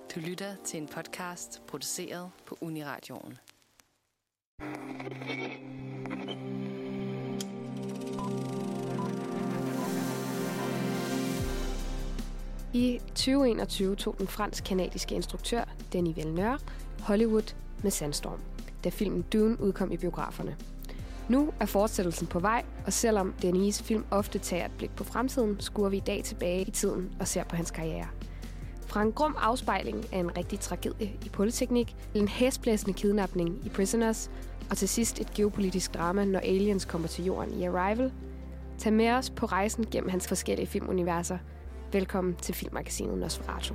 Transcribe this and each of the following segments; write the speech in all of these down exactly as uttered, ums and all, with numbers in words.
Du lytter til en podcast produceret på Uniradioen. I tyve enogtyve tog den fransk-kanadiske instruktør Denis Villeneuve Hollywood med Sandstorm, da filmen Dune udkom i biograferne. Nu er fortsættelsen på vej, og selvom Denis' film ofte tager et blik på fremtiden, skuer vi i dag tilbage i tiden og ser på hans karriere. Fra en grum afspejling af en rigtig tragedie i Polyteknik, en hæsblæsende kidnapning i Prisoners, og til sidst et geopolitisk drama, når aliens kommer til jorden i Arrival. Tag med os på rejsen gennem hans forskellige filmuniverser. Velkommen til filmmagasinet Nosferatu.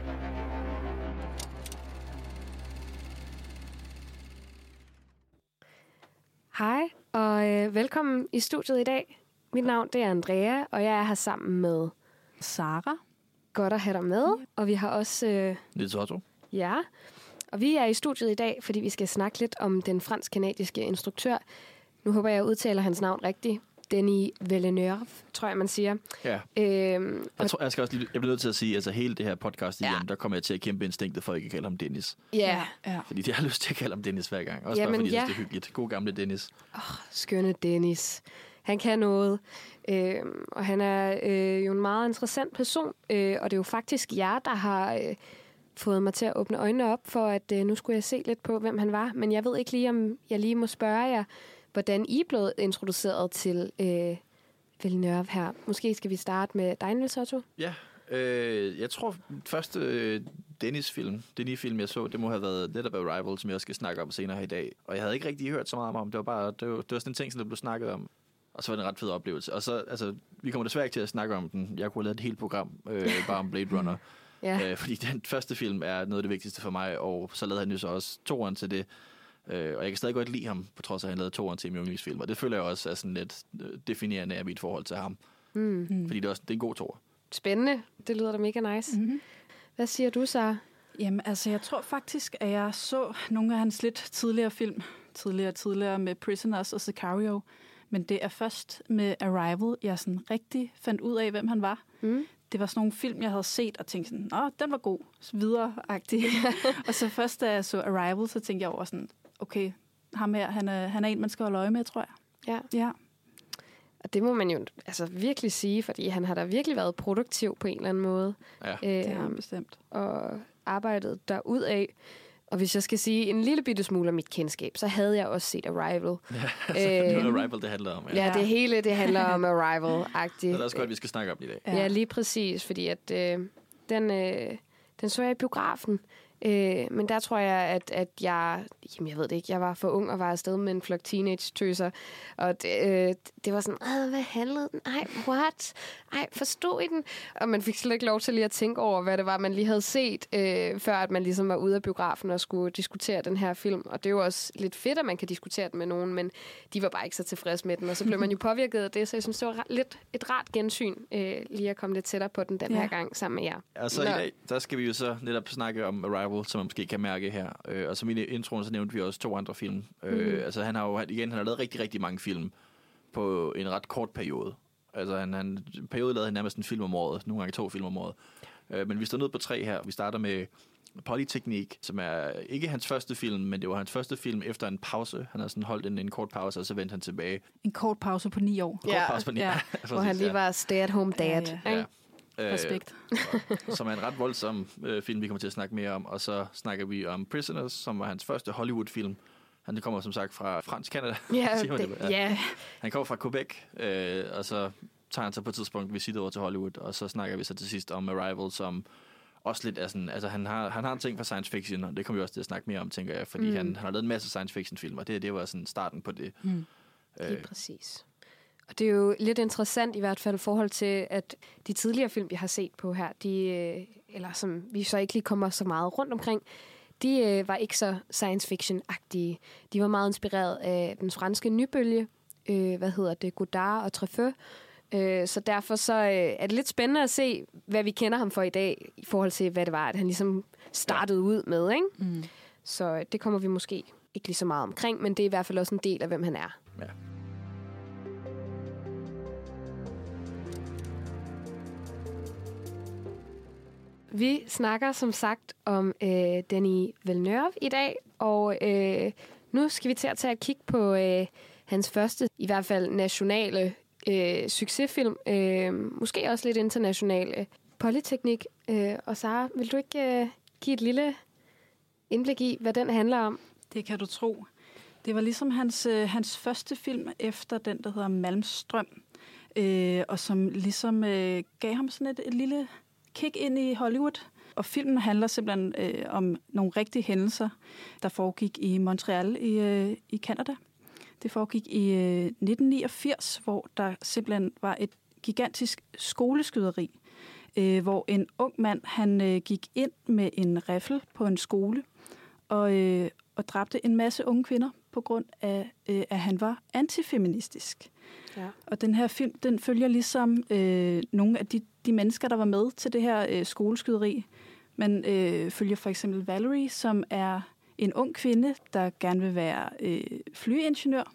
Hej, og øh, velkommen i studiet i dag. Mit navn det er Andrea, og jeg er her sammen med Sara. Godt at have dig med, og vi har også... Øh, Lidt Otto. Ja, og vi er i studiet i dag, fordi vi skal snakke lidt om den fransk-kanadiske instruktør. Nu håber jeg, at jeg udtaler hans navn rigtigt. Denis Villeneuve, tror jeg, man siger. Ja. Øhm, jeg, tror, jeg skal også lige, jeg bliver nødt til at sige, altså hele det her podcast igen, ja. Der kommer jeg til at kæmpe instinktet for at ikke kalde ham Dennis. Ja. ja. Fordi jeg har lyst til at kalde ham Dennis hver gang. Også Jamen, bare fordi, ja. jeg synes, det er hyggeligt. God gamle Dennis. Åh, oh, skønne Dennis. Han kan noget. Øhm, og han er øh, jo en meget interessant person. Øh, og det er jo faktisk jer, der har øh, fået mig til at åbne øjnene op for, at øh, nu skulle jeg se lidt på, hvem han var. Men jeg ved ikke lige, om jeg lige må spørge jer, hvordan I er blevet introduceret til øh, Villeneuve her. Måske skal vi starte med dig, Niels Otto? Ja, øh, jeg tror første øh, Dennis-film, Denis-film, jeg så, det må have været netop Arrival, som jeg også skal snakke om senere her i dag. Og jeg havde ikke rigtig hørt så meget om. Det var bare, det var, det var sådan en ting, som der blev snakket om. Og så var det en ret fed oplevelse. Og så, altså, vi kommer desværre ikke til at snakke om den. Jeg kunne have lavet et helt program øh, bare om Blade Runner. ja. øh, fordi den første film er noget af det vigtigste for mig, og så lavede han jo så også toeren til det. Øh, og jeg kan stadig godt lide ham, på trods af, at han lavede toeren til min yndlingsfilm. Og det føler jeg også er sådan lidt definerende af mit forhold til ham. Mm. Fordi det er, også, det er en god toer. Spændende. Det lyder da mega nice. Mm-hmm. Hvad siger du så? Jamen, altså, jeg tror faktisk, at jeg så nogle af hans lidt tidligere film. Tidligere tidligere med Prisoners og Sicario. Men det er først med Arrival, jeg sådan rigtig fandt ud af, hvem han var. Mm. Det var sådan nogle film, jeg havde set og tænkte sådan, åh, den var god, videre-agtig. Og så først, da jeg så Arrival, så tænkte jeg over sådan, okay, ham her, han er, han er en, man skal holde øje med, tror jeg. Ja. Ja. Og det må man jo altså virkelig sige, fordi han har da virkelig været produktiv på en eller anden måde. Ja, øh, det har han bestemt. Og arbejdet derudad. Og hvis jeg skal sige en lille bitte smule af mit kendskab, så havde jeg også set Arrival. Ja, altså, det var Arrival, det handler om. Ja, ja det hele det handler om Arrival-agtigt. Det er også godt, vi skal snakke om i dag. Ja, ja lige præcis, fordi at øh, den, øh, den så jeg i biografen. Øh, men der tror jeg, at, at jeg... Jamen, jeg ved det ikke. Jeg var for ung og var afsted med en flok teenage-tøser. Og det, øh, det var sådan, hvad handlede den? Ej, what? Ej, forstod I den? Og man fik slet ikke lov til lige at tænke over, hvad det var, man lige havde set, øh, før at man ligesom var ude af biografen og skulle diskutere den her film. Og det er jo også lidt fedt, at man kan diskutere den med nogen, men de var bare ikke så tilfredse med den. Og så blev man jo påvirket af det, så jeg synes, det var lidt et rart gensyn, øh, lige at komme lidt tættere på den den ja. her gang sammen med jer. Og så i dag, der skal vi jo så netop snakke om Arrival, som man måske kan mærke her. Øh, og som i introen, så nævnte vi også to andre film. Mm. Øh, altså han har jo igen, han har lavet rigtig, rigtig mange film på en ret kort periode. Altså han, han periode lavede han nærmest en film om året, nogle gange to film om året. Øh, men vi står ned på tre her. Vi starter med Polyteknik, som er ikke hans første film, men det var hans første film efter en pause. Han har sådan holdt en, en kort pause, og så vendte han tilbage. En kort pause på ni år. En kort ja. pause på ni år. Ja. Hvor han lige var stay-at-home dad. Ja, ja. Ja. Respekt. Øh, som er en ret voldsom øh, film, vi kommer til at snakke mere om. Og så snakker vi om Prisoners, som var hans første Hollywood-film. Han kommer som sagt fra fransk Canada. Ja, det, det, ja. ja. Han kommer fra Quebec, øh, og så tager han så på et tidspunkt visit over til Hollywood. Og så snakker vi så til sidst om Arrival, som også lidt er sådan... Altså han har, han har en ting for science fiction, og det kommer vi også til at snakke mere om, tænker jeg. Fordi mm. han, han har lavet en masse science fiction-film, og det, det var sådan starten på det. Mm. Øh. Lige præcis. Og det er jo lidt interessant i hvert fald i forhold til, at de tidligere film, vi har set på her, de, eller som vi så ikke lige kommer så meget rundt omkring, de øh, var ikke så science fiction-agtige. De var meget inspireret af den franske nybølge, øh, hvad hedder det, Godard og Truffaut. Øh, så derfor så øh, er det lidt spændende at se, hvad vi kender ham for i dag, i forhold til, hvad det var, at han ligesom startede ja. ud med, ikke? Mm. Så det kommer vi måske ikke lige så meget omkring, men det er i hvert fald også en del af, hvem han er. Ja. Vi snakker som sagt om øh, Denis Villeneuve i dag, og øh, nu skal vi til at tage et kig på øh, hans første, i hvert fald nationale øh, succesfilm. Øh, måske også lidt internationale. Polyteknik. Øh, og Sara, vil du ikke øh, give et lille indblik i, hvad den handler om? Det kan du tro. Det var ligesom hans, øh, hans første film efter den, der hedder Malmstrøm, øh, og som ligesom øh, gav ham sådan et, et lille kick ind i Hollywood. Og filmen handler simpelthen øh, om nogle rigtige hændelser, der foregik i Montreal i, øh, i Canada. Det foregik i øh, nitten niogfirs, hvor der simpelthen var et gigantisk skoleskyderi, øh, hvor en ung mand han øh, gik ind med en riffel på en skole og, øh, og dræbte en masse unge kvinder på grund af, øh, at han var antifeministisk. Ja. Og den her film, den følger ligesom øh, nogle af de, de mennesker, der var med til det her øh, skoleskyderi. Man øh, følger for eksempel Valerie, som er en ung kvinde, der gerne vil være øh, flyingeniør,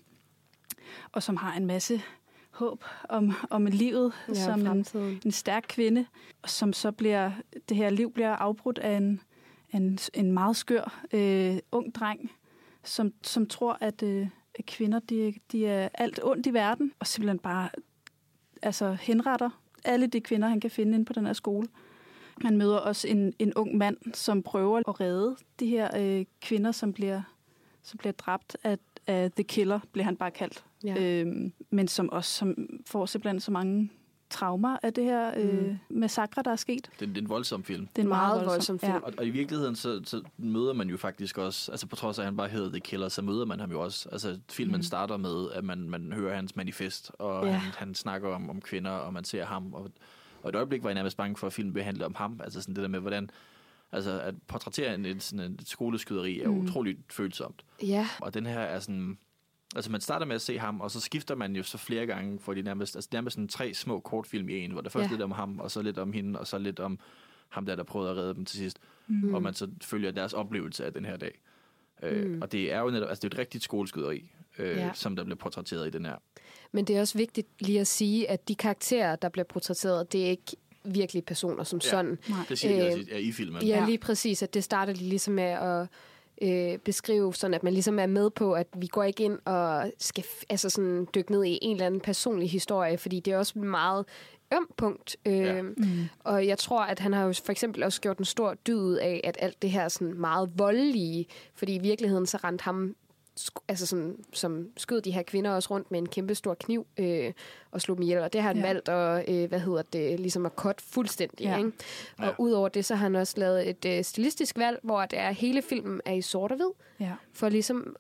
og som har en masse håb om, om livet ja, som en, en stærk kvinde, som så bliver, det her liv bliver afbrudt af en, en, en meget skør øh, ung dreng, som, som tror, at, øh, at kvinder de, de er alt ondt i verden, og simpelthen bare altså, henretter alle de kvinder, han kan finde inde på den her skole. Man møder også en, en ung mand, som prøver at redde de her øh, kvinder, som bliver, som bliver dræbt af, af The Killer, bliver han bare kaldt. Ja. Øhm, men som også som får simpelthen så mange traumer af det her øh, mm. massakre, der er sket. Det, det er en voldsom film. Det er en meget, meget voldsom film. Ja. Og, og i virkeligheden, så, så møder man jo faktisk også, altså på trods af, at han bare hedder The Killer, så møder man ham jo også. Altså filmen mm. starter med, at man, man hører hans manifest, og ja. han, han snakker om, om kvinder, og man ser ham. Og, og et øjeblik var jeg nærmest bange for, at filmen behandler om ham. Altså sådan det der med, hvordan altså at portrættere en, et, sådan et skoleskyderi er mm. utroligt følsomt. Ja. Og den her er sådan... Altså man starter med at se ham, og så skifter man jo så flere gange, for de nærmest, altså nærmest sådan tre små kortfilm i en, hvor der først ja. lidt om ham, og så lidt om hende, og så lidt om ham der, der prøvede at redde dem til sidst. Mm. Og man så følger deres oplevelse af den her dag. Mm. Øh, og det er jo netop, altså det er et rigtigt skoleskyderi, øh, ja. som der bliver portrætteret i den her. Men det er også vigtigt lige at sige, at de karakterer, der bliver portrætteret, det er ikke virkelige personer som ja. sådan. Nej. Det siger de også i filmen. Ja, lige præcis, at det starter de ligesom med at Øh, beskrive, sådan at man ligesom er med på, at vi går ikke ind og skal f- altså sådan dykke ned i en eller anden personlig historie, fordi det er også meget ømt punkt. Øh, ja. mm. Og jeg tror, at han har jo for eksempel også gjort en stor dyd ud af, at alt det her sådan meget voldelige, fordi i virkeligheden så rendte ham altså sådan, som skød de her kvinder også rundt med en kæmpe stor kniv øh, og slog dem ihjel. Og det har han ja. valgt at, øh, hvad hedder det, ligesom at cut fuldstændig. Ja. Ikke? Og ja. udover det, så har han også lavet et øh, stilistisk valg, hvor det er, hele filmen er i sort og hvid. Ja. For ligesom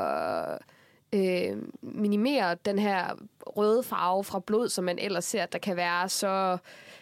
at øh, minimere den her røde farve fra blod, som man ellers ser, der kan være så...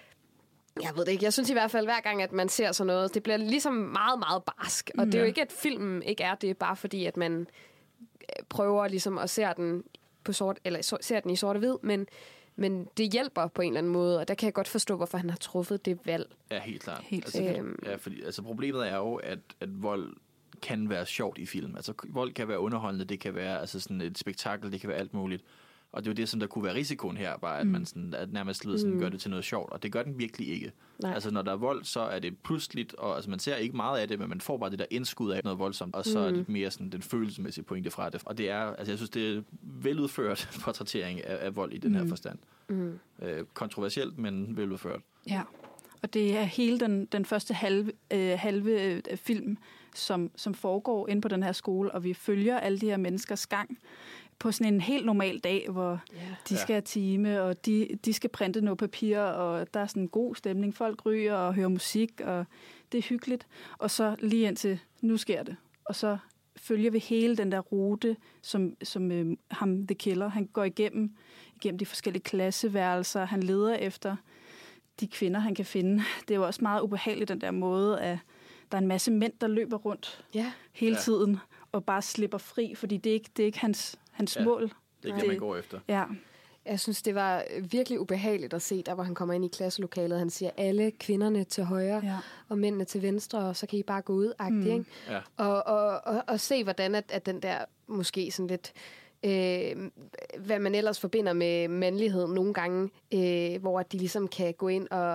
Jeg ved det ikke. Jeg synes i hvert fald, hver gang, at man ser sådan noget, det bliver ligesom meget, meget barsk. Og mm. det er jo ikke, at filmen ikke er det, bare fordi, at man prøver ligesom at se den på sort, eller ser den i sort og hvid, men, men det hjælper på en eller anden måde, og der kan jeg godt forstå, hvorfor han har truffet det valg. Ja, helt klart. Helt altså, øhm. ja, fordi, altså, problemet er jo, at, at vold kan være sjovt i film. Altså, vold kan være underholdende, det kan være altså, sådan et spektakel, det kan være alt muligt. Og det er jo det, som der kunne være risikoen her, bare at mm. man sådan, at nærmest sådan, mm. gør det til noget sjovt, og det gør den virkelig ikke. Nej. Altså når der er vold, så er det pludseligt, og altså, man ser ikke meget af det, men man får bare det der indskud af noget voldsomt, og så mm. er det mere sådan den følelsesmæssige pointe fra det. Og det er, altså jeg synes, det er veludført portrættering af, af vold i den mm. her forstand. Mm. Øh, kontroversielt, men veludført. Ja, og det er hele den, den første halve, øh, halve øh, film, som, som foregår inde på den her skole, og vi følger alle de her menneskers gang på sådan en helt normal dag, hvor yeah. de skal have time, og de, de skal printe noget papir, og der er sådan en god stemning. Folk ryger og hører musik, og det er hyggeligt. Og så lige indtil, nu sker det. Og så følger vi hele den der rute, som, som øh, ham, The Killer, han går igennem, igennem de forskellige klasseværelser. Han leder efter de kvinder, han kan finde. Det er jo også meget ubehageligt, den der måde, at der er en masse mænd, der løber rundt yeah. hele tiden, og bare slipper fri, fordi det er ikke, det er ikke hans hans ja, mål. Det er ikke det, man går efter. Ja. Jeg synes, det var virkelig ubehageligt at se, der hvor han kommer ind i klasselokalet. Han siger, alle kvinderne til højre, ja. og mændene til venstre, og så kan I bare gå ud, agtigt, mm. ikke? Ja. Og, og, og, og se, hvordan at, at den der, måske sådan lidt, øh, hvad man ellers forbinder med mandlighed nogle gange, øh, hvor de ligesom kan gå ind og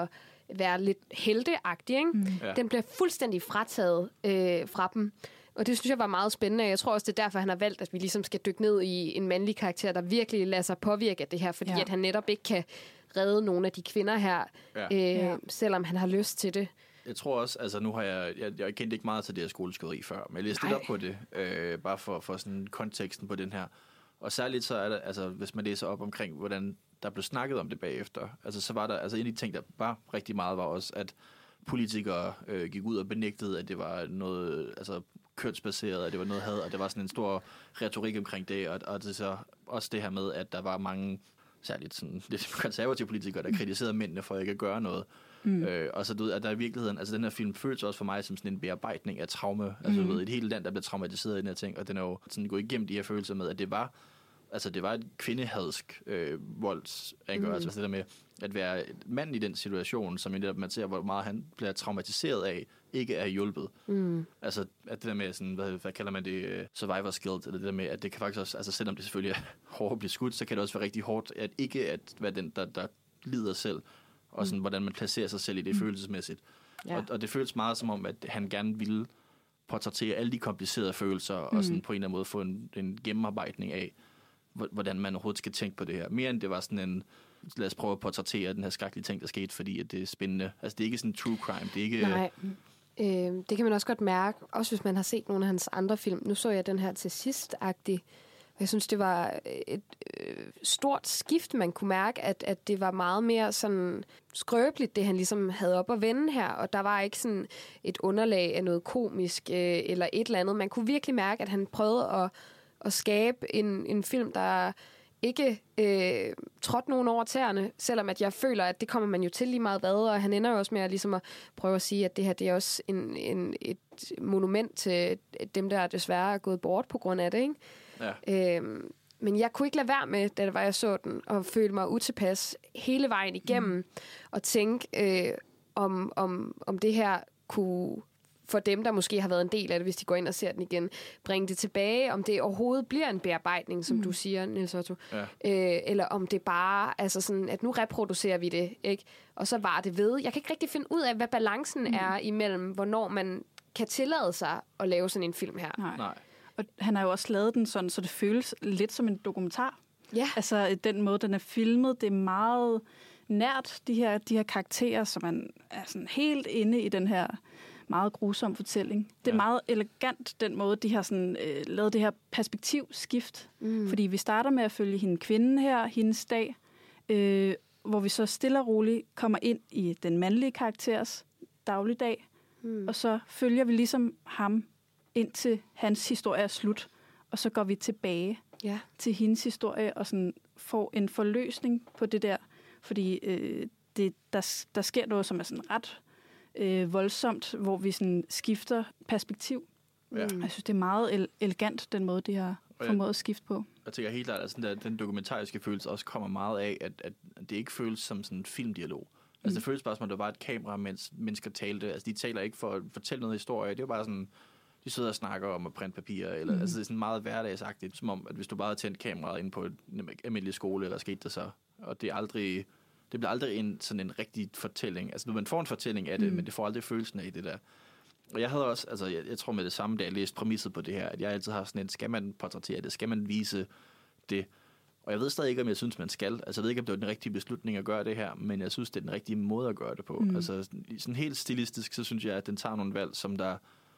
være lidt helteagtig, ikke? Mm. Ja. Den bliver fuldstændig frataget øh, fra dem. Og det synes jeg var meget spændende. Jeg tror også, det er derfor, han har valgt, at vi ligesom skal dykke ned i en mandlig karakter, der virkelig lader sig påvirke af det her, fordi ja. at han netop ikke kan redde nogle af de kvinder her, ja. Øh, ja. selvom han har lyst til det. Jeg tror også, altså nu har jeg, jeg, jeg kendte ikke meget til det her skoleskyderi før, men jeg læste lidt op på det, øh, bare for, for sådan konteksten på den her. Og særligt så er der, altså hvis man læser op omkring, hvordan der blev snakket om det bagefter, altså så var der, altså en af de ting, der var rigtig meget, var også, at politikere øh, gik ud og benægtede, at det var noget, altså kønsbaseret, at det var noget had, og det var sådan en stor retorik omkring det, og, og det så også det her med, at der var mange, særligt sådan lidt konservative politikere, der kritiserede mændene for ikke at gøre noget. Mm. Øh, og så du ved, at der i virkeligheden, altså den her film føles også for mig som sådan en bearbejdning af traume, mm. altså du ved, et helt land, der bliver traumatiseret i den her ting, og den er jo sådan gået igennem de her følelser med, at det var, altså det var et kvindehadsk øh, voldsangør, mm. altså det der med at være mand i den situation, som netop man ser, hvor meget han bliver traumatiseret af, ikke er hjulpet. Mm. Altså at det der med sådan, hvad, hvad kalder man det, uh, survivor guilt, eller det der med, at det kan faktisk også, altså selvom det selvfølgelig er hårdt at blive skudt, så kan det også være rigtig hårdt, at ikke at være den, der, der lider selv, og sådan, mm. hvordan man placerer sig selv i det mm. følelsesmæssigt. Ja. Og, og det føles meget som om, at han gerne ville portrættere alle de komplicerede følelser, mm. og sådan på en eller anden måde få en, en gennemarbejdning af, hvordan man overhovedet skal tænke på det her. Mere end det var sådan en, lad os prøve at portrættere den her skrækkelige ting, der skete, fordi at det er spændende. Altså det er ikke sådan true crime, det er ikke... Nej. Øh, det kan man også godt mærke, også hvis man har set nogle af hans andre film. Nu så jeg den her til sidst-agtig. Jeg synes, det var et øh, stort skift, man kunne mærke, at, at det var meget mere sådan skrøbeligt, det han ligesom havde op at vende her, og der var ikke sådan et underlag af noget komisk øh, eller et eller andet. Man kunne virkelig mærke, at han prøvede at, at skabe en, en film, der ikke øh, trådte nogen over tæerne, selvom at jeg føler, at det kommer man jo til lige meget hvad, og han ender jo også med at, ligesom at prøve at sige, at det her det er også en, en, et monument til dem, der desværre er gået bort på grund af det, ikke? Ja. Øhm, men jeg kunne ikke lade være med, da det var, jeg så den, og føle mig utilpas hele vejen igennem, mm. og tænke, øh, om, om, om det her kunne, for dem, der måske har været en del af det, hvis de går ind og ser den igen, bringe det tilbage, om det overhovedet bliver en bearbejdning, som mm. du siger, Niels Otto, ja. øh, eller om det bare, altså sådan, at nu reproducerer vi det, ikke? Og så var det ved. Jeg kan ikke rigtig finde ud af, hvad balancen mm. er imellem, hvornår man kan tillade sig at lave sådan en film her. Nej. Nej. Og han har jo også lavet den sådan, så det føles lidt som en dokumentar. Ja. Altså den måde, den er filmet, det er meget nært, de her, de her karakterer, som man er sådan helt inde i den her meget grusom fortælling. Det er ja. meget elegant, den måde, de har sådan, øh, lavet det her perspektivskift. Mm. Fordi vi starter med at følge hende kvinden her, hendes dag, øh, hvor vi så stille og roligt kommer ind i den mandlige karakters dagligdag, mm. og så følger vi ligesom ham indtil hans historie er slut, og så går vi tilbage ja. til hendes historie og sådan får en forløsning på det der, fordi øh, det, der, der sker noget, som er sådan ret øh, voldsomt, hvor vi sådan skifter perspektiv. Ja. Jeg synes, det er meget ele- elegant, den måde, de har formået at skifte på. Jeg tænker helt klart, at sådan der, den dokumentariske følelse også kommer meget af, at, at det ikke føles som sådan en filmdialog. Altså, mm. det føles bare som, at der var et kamera, mens mennesker talte. Altså, de taler ikke for at fortælle noget historie. Det er bare sådan, de sidder og snakker om at printe papirer. Eller, mm. Altså, det er sådan meget hverdagsagtigt. Som om, at hvis du bare havde tændt kameraet ind på en almindelig skole, eller skete det så. Og det er aldrig, det bliver aldrig en, sådan en rigtig fortælling. Altså, man får en fortælling af det, mm. men det får aldrig følelsen af det der. Og jeg havde også, altså, jeg, jeg tror med det samme, da jeg læste præmisset på det her, at jeg altid har sådan en, skal man portrættere det? Skal man vise det? Og jeg ved stadig ikke, om jeg synes, man skal. Altså, jeg ved ikke, om det var den rigtige beslutning at gøre det her, men jeg synes, det er den rigtige måde at gøre det på. Mm. Altså, sådan helt stilistisk, så synes jeg, at den tager nogle valg, som der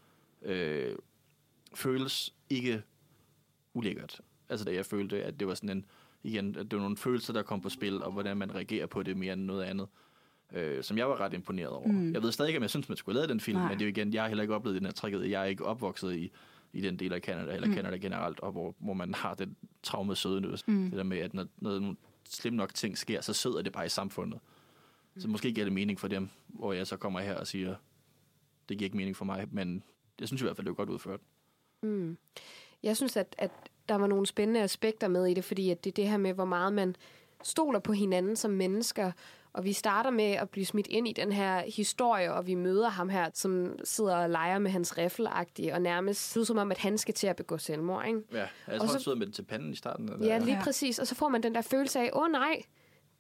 øh, føles ikke ulækkert. Altså, da jeg følte, at det var sådan en, igen, at det var nogle følelser, der kom på spil, og hvordan man reagerer på det mere end noget andet, øh, som jeg var ret imponeret over. Mm. Jeg ved stadig ikke, om jeg synes, man skulle have lavet den film, Nej. men det er jo igen, jeg har heller ikke oplevet den her tragedie. Jeg er ikke opvokset i i den del af Canada, eller mm. Canada generelt, og hvor, hvor man har den traume sødenøs. Mm. Det der med, at når, når nogle slemme nok ting sker, så sidder det bare i samfundet. Mm. Så måske giver det mening for dem, hvor jeg så kommer her og siger, det giver ikke mening for mig, men jeg synes i hvert fald, det er godt udført. Mm. Jeg synes, at, at der var nogle spændende aspekter med i det, fordi at det er det her med, hvor meget man stoler på hinanden som mennesker, og vi starter med at blive smidt ind i den her historie, og vi møder ham her, som sidder og leger med hans riffelagtige, og nærmest ser som om, at han skal til at begå selvmord, ikke? Ja, jeg tror, han sidder med det til panden i starten. Eller? Ja, lige ja. præcis. Og så får man den der følelse af, åh oh, nej,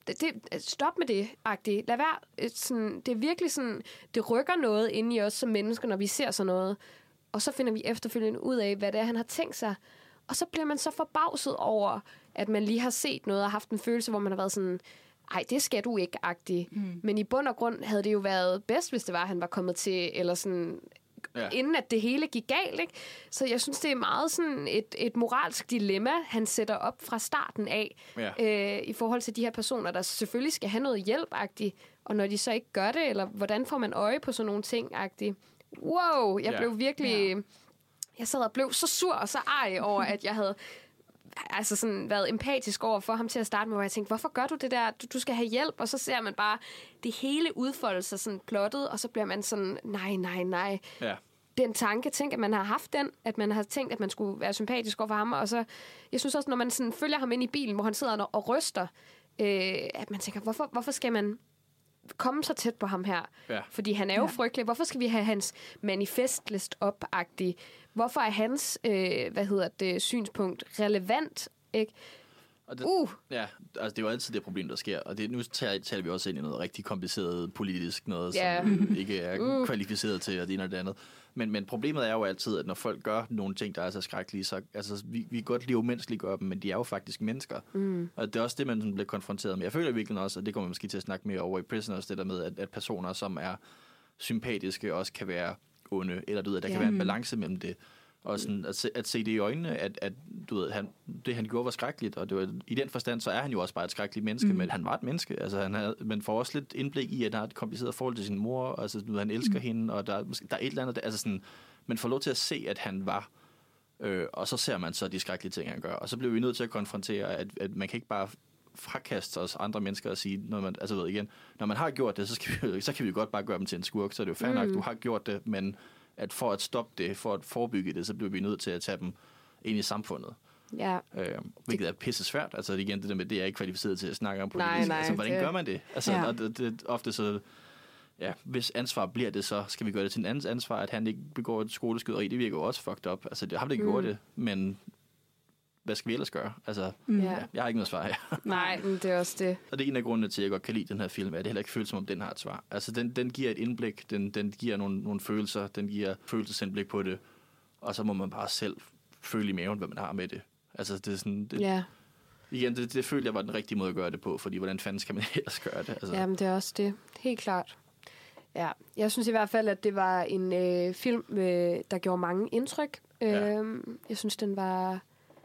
det, det, stop med det, agtigt. Lad være. Sådan, det er virkelig sådan, det rykker noget inde i os som mennesker, når vi ser sådan noget. Og så finder vi efterfølgende ud af, hvad det er, han har tænkt sig. Og så bliver man så forbavset over, at man lige har set noget og haft en følelse, hvor man har været sådan, ej, det skal du ikke, agtigt. Mm. Men i bund og grund havde det jo været bedst, hvis det var, at han var kommet til, eller sådan, ja. inden at det hele gik galt, ikke? Så jeg synes, det er meget sådan et, et moralsk dilemma, han sætter op fra starten af, ja. øh, i forhold til de her personer, der selvfølgelig skal have noget hjælp-agtigt, og når de så ikke gør det, eller hvordan får man øje på sådan nogle ting-agtigt. Wow, jeg ja. blev virkelig... Ja. Jeg sad og blev så sur og så ej over, at jeg havde altså sådan været empatisk over for ham til at starte med, hvor jeg tænkte, hvorfor gør du det der? Du, du skal have hjælp, og så ser man bare det hele udfolde sig sådan plottet, og så bliver man sådan, nej, nej, nej. Ja. Den tanke, tænk, at man har haft den, at man har tænkt, at man skulle være sympatisk over for ham, og så, jeg synes også, når man sådan følger ham ind i bilen, hvor han sidder og ryster, øh, at man tænker, hvorfor, hvorfor skal man komme så tæt på ham her? Ja. Fordi han er jo ja. frygtelig. Hvorfor skal vi have hans manifestlist op-agtig? Hvorfor er hans, øh, hvad hedder det, synspunkt relevant, ikke? Og det, uh. Ja, altså det er jo altid det problem, der sker. Og det, nu taler, taler vi også ind i noget rigtig kompliceret politisk, noget yeah. som ikke er uh. kvalificeret til, og det ene og det andet. Men, men problemet er jo altid, at når folk gør nogle ting, der er så skrækkelige, så altså, vi, vi kan godt lide umenneskeligt dem, men de er jo faktisk mennesker. Mm. Og det er også det, man bliver konfronteret med. Jeg føler virkelig også, og det kommer man måske til at snakke mere over i Prisoners, det der med, at, at personer, som er sympatiske, også kan være onde, eller du ved, der yeah. kan være en balance mellem det. Og sådan, at, se, at se det i øjnene, at, at du ved, han, det han gjorde var skrækkeligt, og det var, i den forstand, så er han jo også bare et skrækkeligt menneske, mm. men han var et menneske. Altså, han havde, man får også lidt indblik i, at han har et kompliceret forhold til sin mor, altså, du ved, han elsker mm. hende, og der, der er et eller andet, der, altså sådan, man får lov til at se, at han var, øh, og så ser man så de skrækkelige ting, han gør. Og så bliver vi nødt til at konfrontere, at, at man kan ikke bare frakaste os andre mennesker og sige, når man, altså ved igen, når man har gjort det, så, skal vi, så kan vi jo godt bare gøre dem til en skurk, så er det jo fair nok, mm. du har gjort det, men at for at stoppe det, for at forebygge det, så bliver vi nødt til at tage dem ind i samfundet. Ja. Øh, hvilket er pisse svært. Altså igen, det der med, det er ikke kvalificeret til at snakke om politisk. Nej, nej, altså, hvordan det... gør man det? Altså, ja. det, det, ofte så, ja, hvis ansvar bliver det, så skal vi gøre det til en andens ansvar, at han ikke begår et skoleskyderi. Det virker jo også fucked up. Altså, det har det ikke mm. gjort det, men hvad skal vi ellers gøre? Altså, mm. ja, jeg har ikke noget svar her. Nej, men det er også det. Og det er en af grundene til, at jeg godt kan lide den her film, at det heller ikke føles som om, den har et svar. Altså, den, den giver et indblik, den, den giver nogle, nogle følelser, den giver følelsesindblik på det, og så må man bare selv føle i maven, hvad man har med det. Altså, det er sådan... Det, ja. Igen, det, det følte jeg var den rigtige måde at gøre det på, fordi hvordan fanden skal man ellers gøre det? Altså. Jamen, det er også det. Helt klart. Ja, jeg synes i hvert fald, at det var en øh, film, øh, der gjorde mange indtryk. Ja. Øh, jeg synes, den var...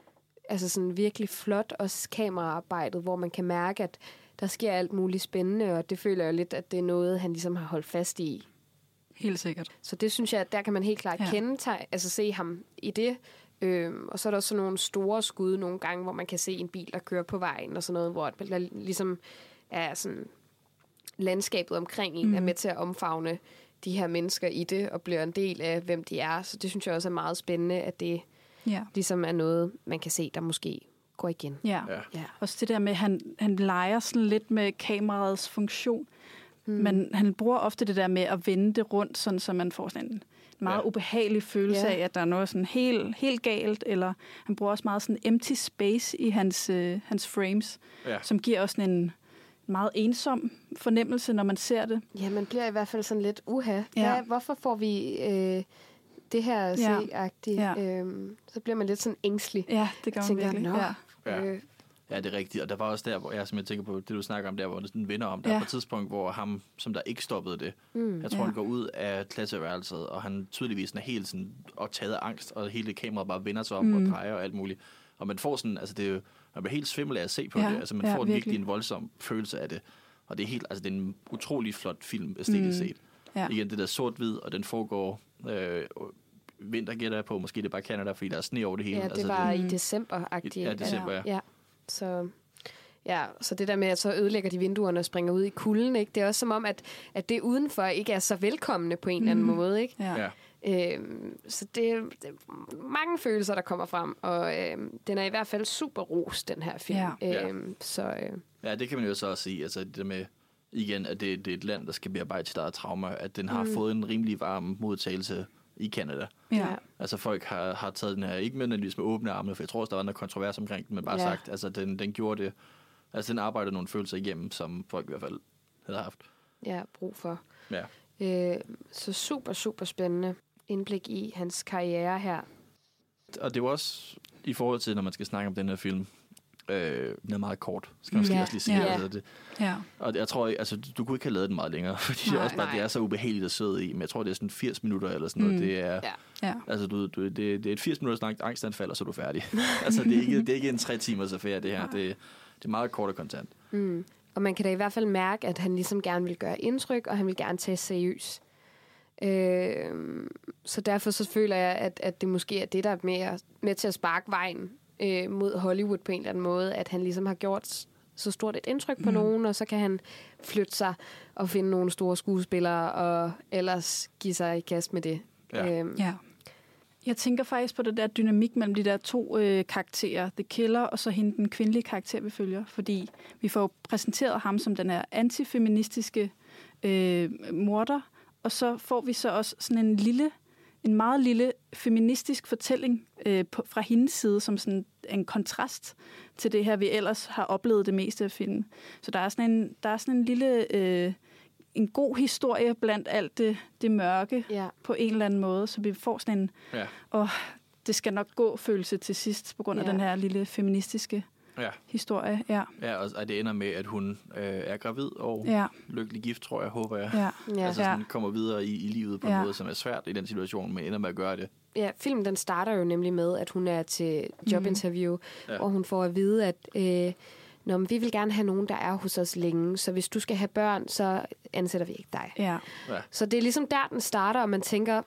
altså sådan virkelig flot, også kameraarbejdet, hvor man kan mærke, at der sker alt muligt spændende, og det føler jeg lidt, at det er noget, han ligesom har holdt fast i. Helt sikkert. Så det synes jeg, at der kan man helt klart ja. kende, altså se ham i det. Øhm, og så er der også sådan nogle store skud nogle gange, hvor man kan se en bil, der kører på vejen og sådan noget, hvor der ligesom er sådan landskabet omkring en, mm. er med til at omfavne de her mennesker i det, og bliver en del af, hvem de er. Så det synes jeg også er meget spændende, at det ja. ligesom er noget, man kan se, der måske går igen. Ja, ja. ja. Også det der med, at han, han leger sådan lidt med kameraets funktion. Mm. Men han bruger ofte det der med at vende det rundt, sådan, så man får sådan en meget ja. ubehagelig følelse ja. af, at der er noget sådan helt, helt galt. Eller han bruger også meget sådan empty space i hans, øh, hans frames, ja. som giver også sådan en meget ensom fornemmelse, når man ser det. Ja, man bliver i hvert fald sådan lidt uha. Ja. Hvorfor får vi... Øh det her se-agtigt, ja. øhm, så bliver man lidt sådan ængstelig. Ja, det gør man tænker, virkelig. Ja. Ja. Øh. ja, det er rigtigt. Og der var også der, hvor jeg, som jeg tænker på, det du snakker om der, hvor det sådan vender om. Der ja. på et tidspunkt, hvor ham, som der ikke stoppede det, mm, jeg tror, ja. han går ud af klasseværelset, og han tydeligvis er helt sådan optaget af angst, og hele kameraet bare vender sig om mm. og drejer og alt muligt. Og man får sådan, altså det er jo, man bliver helt svimmel af at se på ja. det. Altså man ja, får virkelig. virkelig en voldsom følelse af det. Og det er helt, altså det er en utrolig flot film, æstetisk mm. set. Ja. Igen, det der sort-hvid, og den foregår... Øh, vinter gætter jeg på, måske det er bare Canada, fordi der er sne over det hele. Ja, det altså, var det, i december-agtigt. Ja, december, ja. ja. Så, ja, så det der med, at så ødelægger de vinduerne og springer ud i kulden, ikke? Det er også som om, at, at det udenfor ikke er så velkommende på en mm. eller anden måde, ikke? Ja. Øhm, så det, det er mange følelser, der kommer frem, og øhm, den er i hvert fald super ros, den her film. Ja, øhm, ja. Så, øh. ja, det kan man jo så også sige, altså det der med, igen, at det, det er et land, der skal bearbejde sit eget traumer, at den har mm. fået en rimelig varm modtagelse i Canada. Ja. Altså folk har, har taget den her, ikke nødvendigvis med åbne arme, for jeg tror også, der var noget kontrovers omkring den, men bare ja. sagt, altså den, den gjorde det Altså, den arbejder nogle følelser igennem, som folk i hvert fald havde haft. Ja, brug for. Ja. Øh, så super, super spændende indblik i hans karriere her. Og det var også i forhold til, når man skal snakke om den her film, øh, den er meget kort, skal man måske Ja. også lige sige. Ja. Altså, det, Ja. og jeg tror, altså, du kunne ikke have lavet den meget længere, fordi det er Nej, også bare, nej. det er så ubehageligt at sidde i. Men jeg tror, det er sådan firs minutter eller sådan noget. Mm. Det er, Ja. Ja. altså, du, du, det, det er et firs minutters langt angstanfald, og så er du færdig. altså, det er ikke, det er ikke en tre timers affære, det her. Det, det er meget kort og kontant. Mm. Og man kan da i hvert fald mærke, at han ligesom gerne vil gøre indtryk, og han vil gerne tage seriøst. Øh, så derfor så føler jeg, at, at det måske er det, der er med, med til at sparke vejen øh, mod Hollywood på en eller anden måde, at han ligesom har gjort så stort et indtryk på Mm. nogen, og så kan han flytte sig og finde nogle store skuespillere, og ellers give sig i kast med det. Ja. Øhm, Ja. Jeg tænker faktisk på det der dynamik mellem de der to øh, karakterer, The Killer og så hende, den kvindelige karakter, vi følger. Fordi vi får præsenteret ham som den her antifeministiske øh, morder, og så får vi så også sådan en lille, en meget lille feministisk fortælling øh, på, fra hendes side, som sådan en kontrast til det her, vi ellers har oplevet det meste af filmen. Så der er sådan en, der er sådan en lille... Øh, en god historie blandt alt det, det mørke ja. på en eller anden måde, så vi får sådan en, Ja. åh, det skal nok gå følelse til sidst, på grund af Ja. den her lille feministiske Ja. historie. Ja, Ja, og og det ender med, at hun øh, er gravid og ja, lykkelig gift, tror jeg, håber jeg. ja. Ja. Altså Ja. sådan kommer videre i, i livet på en Ja. måde, som er svært i den situation, men ender med at gøre det. Ja, filmen den starter jo nemlig med, at hun er til jobinterview, mm. Ja. hvor hun får at vide, at øh, Nå, men vi vil gerne have nogen, der er hos os længe, så hvis du skal have børn, så ansætter vi ikke dig. Ja. Ja. Så det er ligesom der, den starter, og man tænker,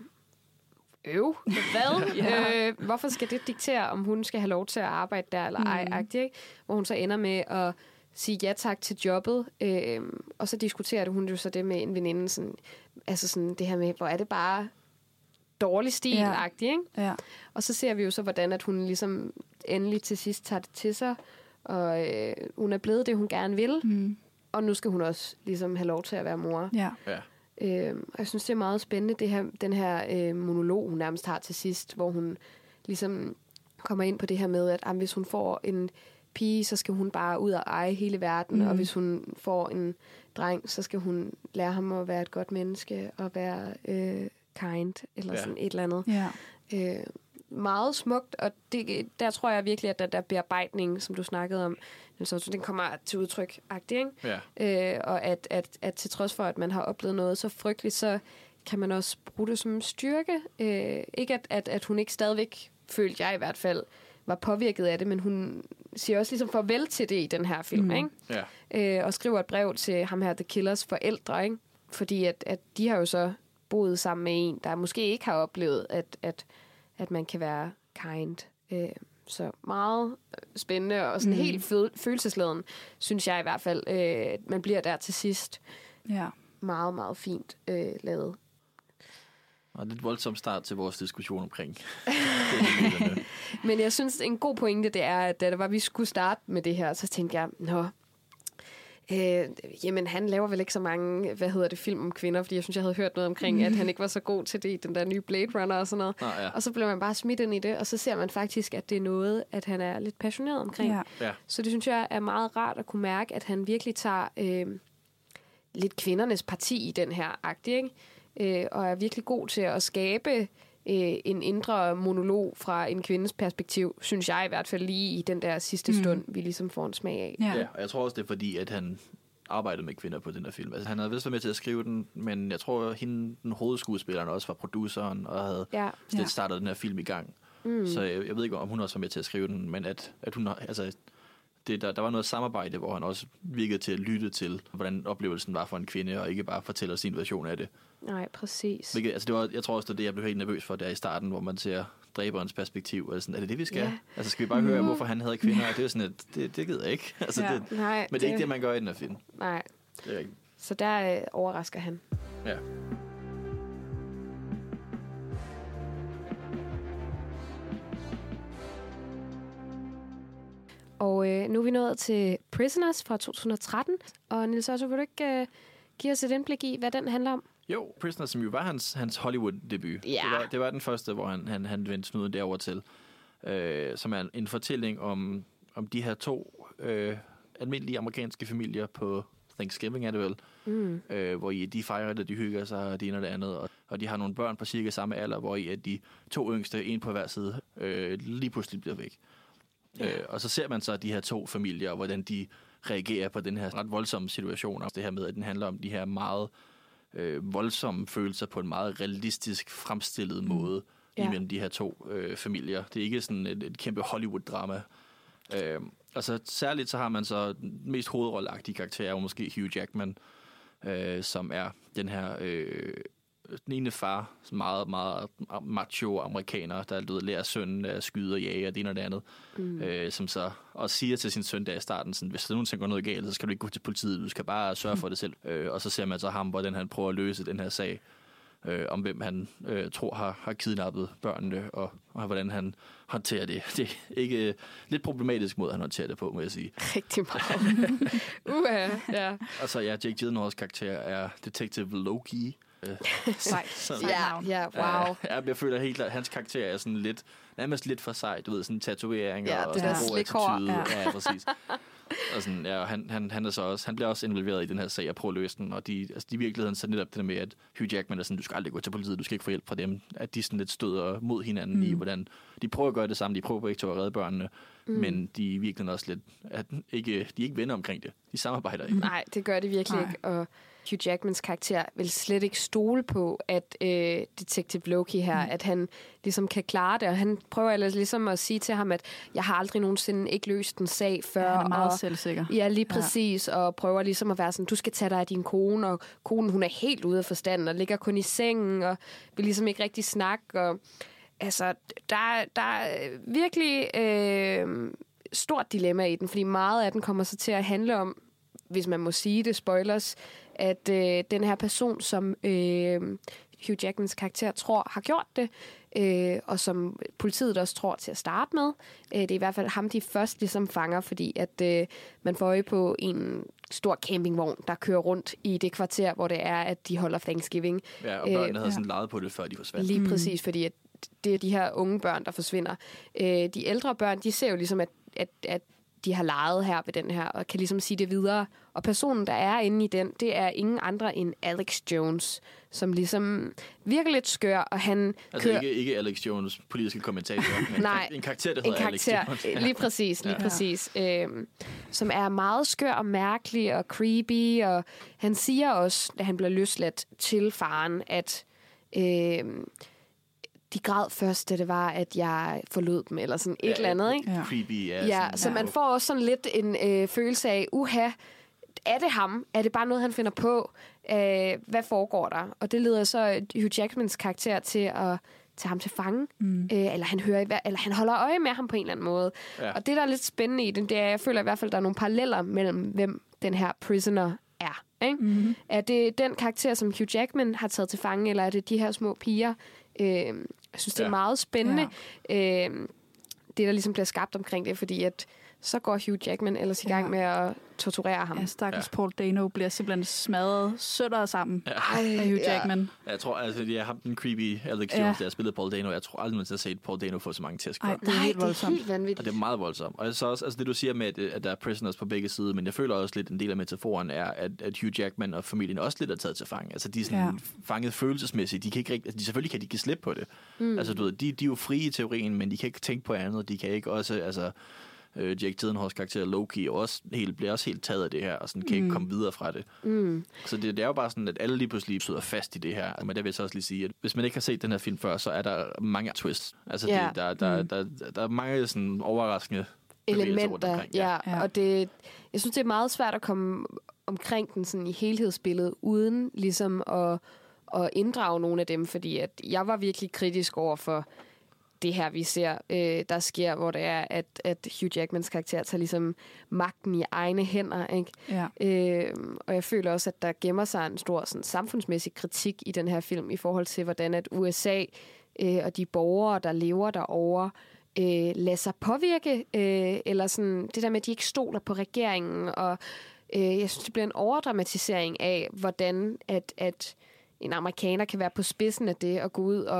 øv, hvad? Ja. øh, hvorfor skal det diktere, om hun skal have lov til at arbejde der, eller ej, Mm. agtigt, ikke? Hvor hun så ender med at sige ja tak til jobbet, øh, og så diskuterer hun jo så det med en veninde, sådan, altså sådan det her med, hvor er det bare dårlig stil-agtigt, ikke? Ja. Og så ser vi jo så, hvordan at hun ligesom endelig til sidst tager det til sig, og øh, hun er blevet det, hun gerne vil, Mm. og nu skal hun også ligesom have lov til at være mor. Ja. Ja. Øh, og jeg synes, det er meget spændende, det her, den her øh, monolog, hun nærmest har til sidst, hvor hun ligesom kommer ind på det her med, at ah, hvis hun får en pige, så skal hun bare ud og eje hele verden, Mm. og hvis hun får en dreng, så skal hun lære ham at være et godt menneske, og være øh, kind, eller Ja. sådan et eller andet. Ja. Øh, meget smukt, og det, der tror jeg virkelig, at der, der bearbejdning, som du snakkede om, så den kommer til udtryk-agtigt, ikke? Ja. Øh, og at, at, at til trods for, at man har oplevet noget så frygteligt, så kan man også bruge det som styrke. Øh, ikke at, at, at hun ikke stadigvæk, følte jeg i hvert fald, var påvirket af det, men hun siger også ligesom farvel til det i den her film, Mm. ikke? Ja. Øh, og skriver et brev til ham her, The Killers forældre, ikke? Fordi at, at de har jo så boet sammen med en, der måske ikke har oplevet, at, at, at man kan være kind. Øh, så meget spændende og sådan Mm. helt fø- følelsesladen, synes jeg i hvert fald. Øh, man bliver der til sidst Ja. meget, meget fint øh, lavet. Og det er et voldsomt start til vores diskussion omkring det. Men jeg synes, en god pointe, det er, at da det var, vi skulle starte med det her, så tænkte jeg, nå, øh, jamen han laver vel ikke så mange, hvad hedder det, film om kvinder, fordi jeg synes, jeg havde hørt noget omkring, mm. at han ikke var så god til det i den der nye Blade Runner og sådan noget. Nå, ja. Og så bliver man bare smidt ind i det, og så ser man faktisk, at det er noget, at han er lidt passioneret omkring. Ja. Ja. Så det synes jeg er meget rart at kunne mærke, at han virkelig tager øh, lidt kvindernes parti i den her aktie, ikke? Øh, og er virkelig god til at skabe øh, en indre monolog fra en kvindes perspektiv, synes jeg i hvert fald lige i den der sidste Mm. stund, vi ligesom får en smag af. Ja. Ja, og jeg tror også, det er fordi, at han arbejdede med kvinder på den der film. Altså, han havde vist været med til at skrive den, men jeg tror, at hende, den hovedskuespilleren også var produceren og havde Ja. ja. Ja. startet den her film i gang. Mm. Mm. Så jeg, jeg ved ikke, om hun også var med til at skrive den, men at, at hun, altså, det, der, der var noget samarbejde, hvor han også virkede til at lytte til, hvordan oplevelsen var for en kvinde, og ikke bare fortæller sin version af det. Nej, præcis. Hvilket, altså det var, jeg tror også, det er det, jeg blev helt nervøs for der i starten, hvor man ser dræberens perspektiv. Og sådan, er det det, vi skal? Ja. Altså skal vi bare høre, hvorfor han havde kvinder? Og det er sådan, at det, det gider jeg ikke. Altså, Ja. det, Nej, men det er ikke det, man gør i den her film. Nej, Det er ikke. så der øh, overrasker han. Ja. Og øh, nu er vi nået til Prisoners fra to tusind og tretten. Og Niels Otto, vil du ikke øh, give os et indblik i, hvad den handler om? Jo, Prisoner, som jo var hans, hans Hollywood-debut. Ja. Det, var, det var den første, hvor han, han, han vendte snuden derover til. Øh, som er en, en fortælling om, om de her to øh, almindelige amerikanske familier på Thanksgiving, er det vel, Mm. øh, hvor I, de fejrer det, de hygger sig, og det ene og det andet, og, og de har nogle børn på cirka samme alder, hvor I, at de to yngste, en på hver side, øh, lige pludselig bliver væk. Ja. Øh, og så ser man så de her to familier, hvordan de reagerer på den her ret voldsomme situation. Det her med, at den handler om de her meget øh, voldsomme følelser på en meget realistisk fremstillet måde Ja. imellem de her to øh, familier. Det er ikke sådan et, et kæmpe Hollywood-drama. Øh, og så særligt så har man så den mest hovedrolleagtige karakter, og måske Hugh Jackman, øh, som er den her øh, den ene far, meget, meget macho amerikaner, der du ved, lærer sønnen at skyde og jage og det ene og det andet, mm. øh, som så også siger til sin søn der i starten, sådan, hvis der nogensinde går noget galt, så skal du ikke gå til politiet, du skal bare sørge for det selv. Øh, og så ser man så ham, hvordan han prøver at løse den her sag, øh, om hvem han øh, tror har, har kidnappet børnene, og, og hvordan han håndterer det. Det er ikke øh, lidt problematisk måde, han håndterer det på, må jeg sige. Rigtig meget. uh, ja. Og så ja, Jake Gyllenhaals karakter er Detective Loki. Sejt. Sådan. Ja, ja, wow. Ja, jeg føler helt klart, at hans karakter er sådan lidt, nærmest lidt for sej, du ved, sådan tatoveringer Ja, og det sådan der god slikhår. attitude. Ja. Ja, præcis. Og sådan, ja, han, han, han, er så også, han bliver også involveret i den her sag og prøver at løse den, og de, altså, de i virkeligheden så netop det der med, at Hugh Jackman er sådan, du skal aldrig gå til politiet, du skal ikke få hjælp fra dem, at de sådan lidt støder mod hinanden mm. i, hvordan de prøver at gøre det samme, de prøver ikke til at redde børnene, mm. men de er virkelig også lidt, at ikke, de er ikke venner omkring det. De samarbejder ikke. Nej, det gør det virkelig Nej. ikke, og Hugh Jackmans karakter vil slet ikke stole på, at øh, Detective Loki her, mm. at han ligesom kan klare det, og han prøver ellers ligesom at sige til ham, at jeg har aldrig nogensinde ikke løst en sag før. Ja, han er meget og, selvsikker. Ja, lige præcis, ja. Og prøver ligesom at være sådan, du skal tage dig af din kone, og konen hun er helt ude af forstand, og ligger kun i sengen, og vil ligesom ikke rigtig snakke, og altså, der, der er virkelig øh, stort dilemma i den, fordi meget af den kommer så til at handle om, hvis man må sige det, spoilers, at øh, den her person, som øh, Hugh Jackmans karakter tror har gjort det, øh, og som politiet også tror til at starte med, øh, det er i hvert fald ham, de først ligesom fanger, fordi at øh, man får øje på en stor campingvogn, der kører rundt i det kvarter, hvor det er, at de holder Thanksgiving. Ja, og børnene Øh, havde sådan leget på det, før de forsvandt. Lige præcis, fordi at det er de her unge børn, der forsvinder. Øh, de ældre børn, de ser jo ligesom, at, at, at de har leget her ved den her, og kan ligesom sige det videre. Og personen, der er inde i den, det er ingen andre end Alex Jones, som ligesom virker lidt skør, og han Altså kører... ikke, ikke Alex Jones, politiske kommentator, men Nej, en karakter, der en hedder karakter, Alex Jones. lige præcis, lige Ja. præcis. Øhm, som er meget skør og mærkelig og creepy, og han siger også, da han bliver løsladt til faren, at øhm, de græd først, da det var, at jeg forlod dem, eller sådan et Ja, eller andet, ikke? Ja. Creepy, ja. Ja, sådan, så man får også sådan lidt en øh, følelse af, uha, er det ham? Er det bare noget, han finder på? Øh, hvad foregår der? Og det leder så Hugh Jackmans karakter til at tage ham til fange. Mm. Øh, eller, han hører, i hver- eller han holder øje med ham på en eller anden måde. Ja. Og det, der er lidt spændende i den, det er, jeg føler i hvert fald, at der er nogle paralleller mellem, hvem den her prisoner er. Ikke? Mm-hmm. Er det den karakter, som Hugh Jackman har taget til fange, eller er det de her små piger? Øh, jeg synes, det er Ja. meget spændende. Ja. Øh, det, der ligesom bliver skabt omkring det, fordi at så går Hugh Jackman ellers i gang Ja. med at torturere ham. Ja, stakkels Ja. Paul Dano bliver simpelthen smadret sønder sammen Ej, af Hugh ja. Jackman. Jeg tror, altså, det er ham, den creepy Alex Ja. Jones, der har spillet Paul Dano. Jeg tror aldrig, man har set Paul Dano få så mange tæsk. Ej, før. det er Nej, helt det er voldsomt. helt vanvittigt. Og det er meget voldsomt. Og så også, altså det du siger med, at, at der er prisoners på begge sider, men jeg føler også lidt, en del af metaforen er, at, at Hugh Jackman og familien også lidt er taget til fange. Altså de er sådan Ja. fanget følelsesmæssigt. De kan ikke rigtig, altså, de, selvfølgelig kan de give slip på det. Mm. Altså du ved, de, de er jo frie i teorien, men de kan ikke tænke på andet. De kan ikke også, altså øh, Jake Gyllenhaals karakter Loki er også helt, bliver også helt taget af det her, og sådan kan mm. ikke komme videre fra det. Mm. Så det, det er jo bare sådan, at alle lige pludselig sidder fast i det her. Men det vil jeg så også lige sige, at hvis man ikke har set den her film før, så er der mange twists. Altså Ja. det, der, der, Mm. der, der, der er mange sådan overraskende bevægelser rundt Elementer, omkring. ja. Ja. Og det, jeg synes, det er meget svært at komme omkring den sådan i helhedsbilledet, uden ligesom at, at inddrage nogle af dem, fordi at jeg var virkelig kritisk over for det her, vi ser, øh, der sker, hvor det er, at, at Hugh Jackmans karakter tager ligesom magten i egne hænder, ikke? Ja. Øh, og jeg føler også, at der gemmer sig en stor sådan, samfundsmæssig kritik i den her film, i forhold til, hvordan at U S A øh, og de borgere, der lever derovre, øh, lader sig påvirke, øh, eller sådan, det der med, at de ikke stoler på regeringen, og øh, jeg synes, det bliver en overdramatisering af, hvordan at, at en amerikaner kan være på spidsen af det, og gå ud og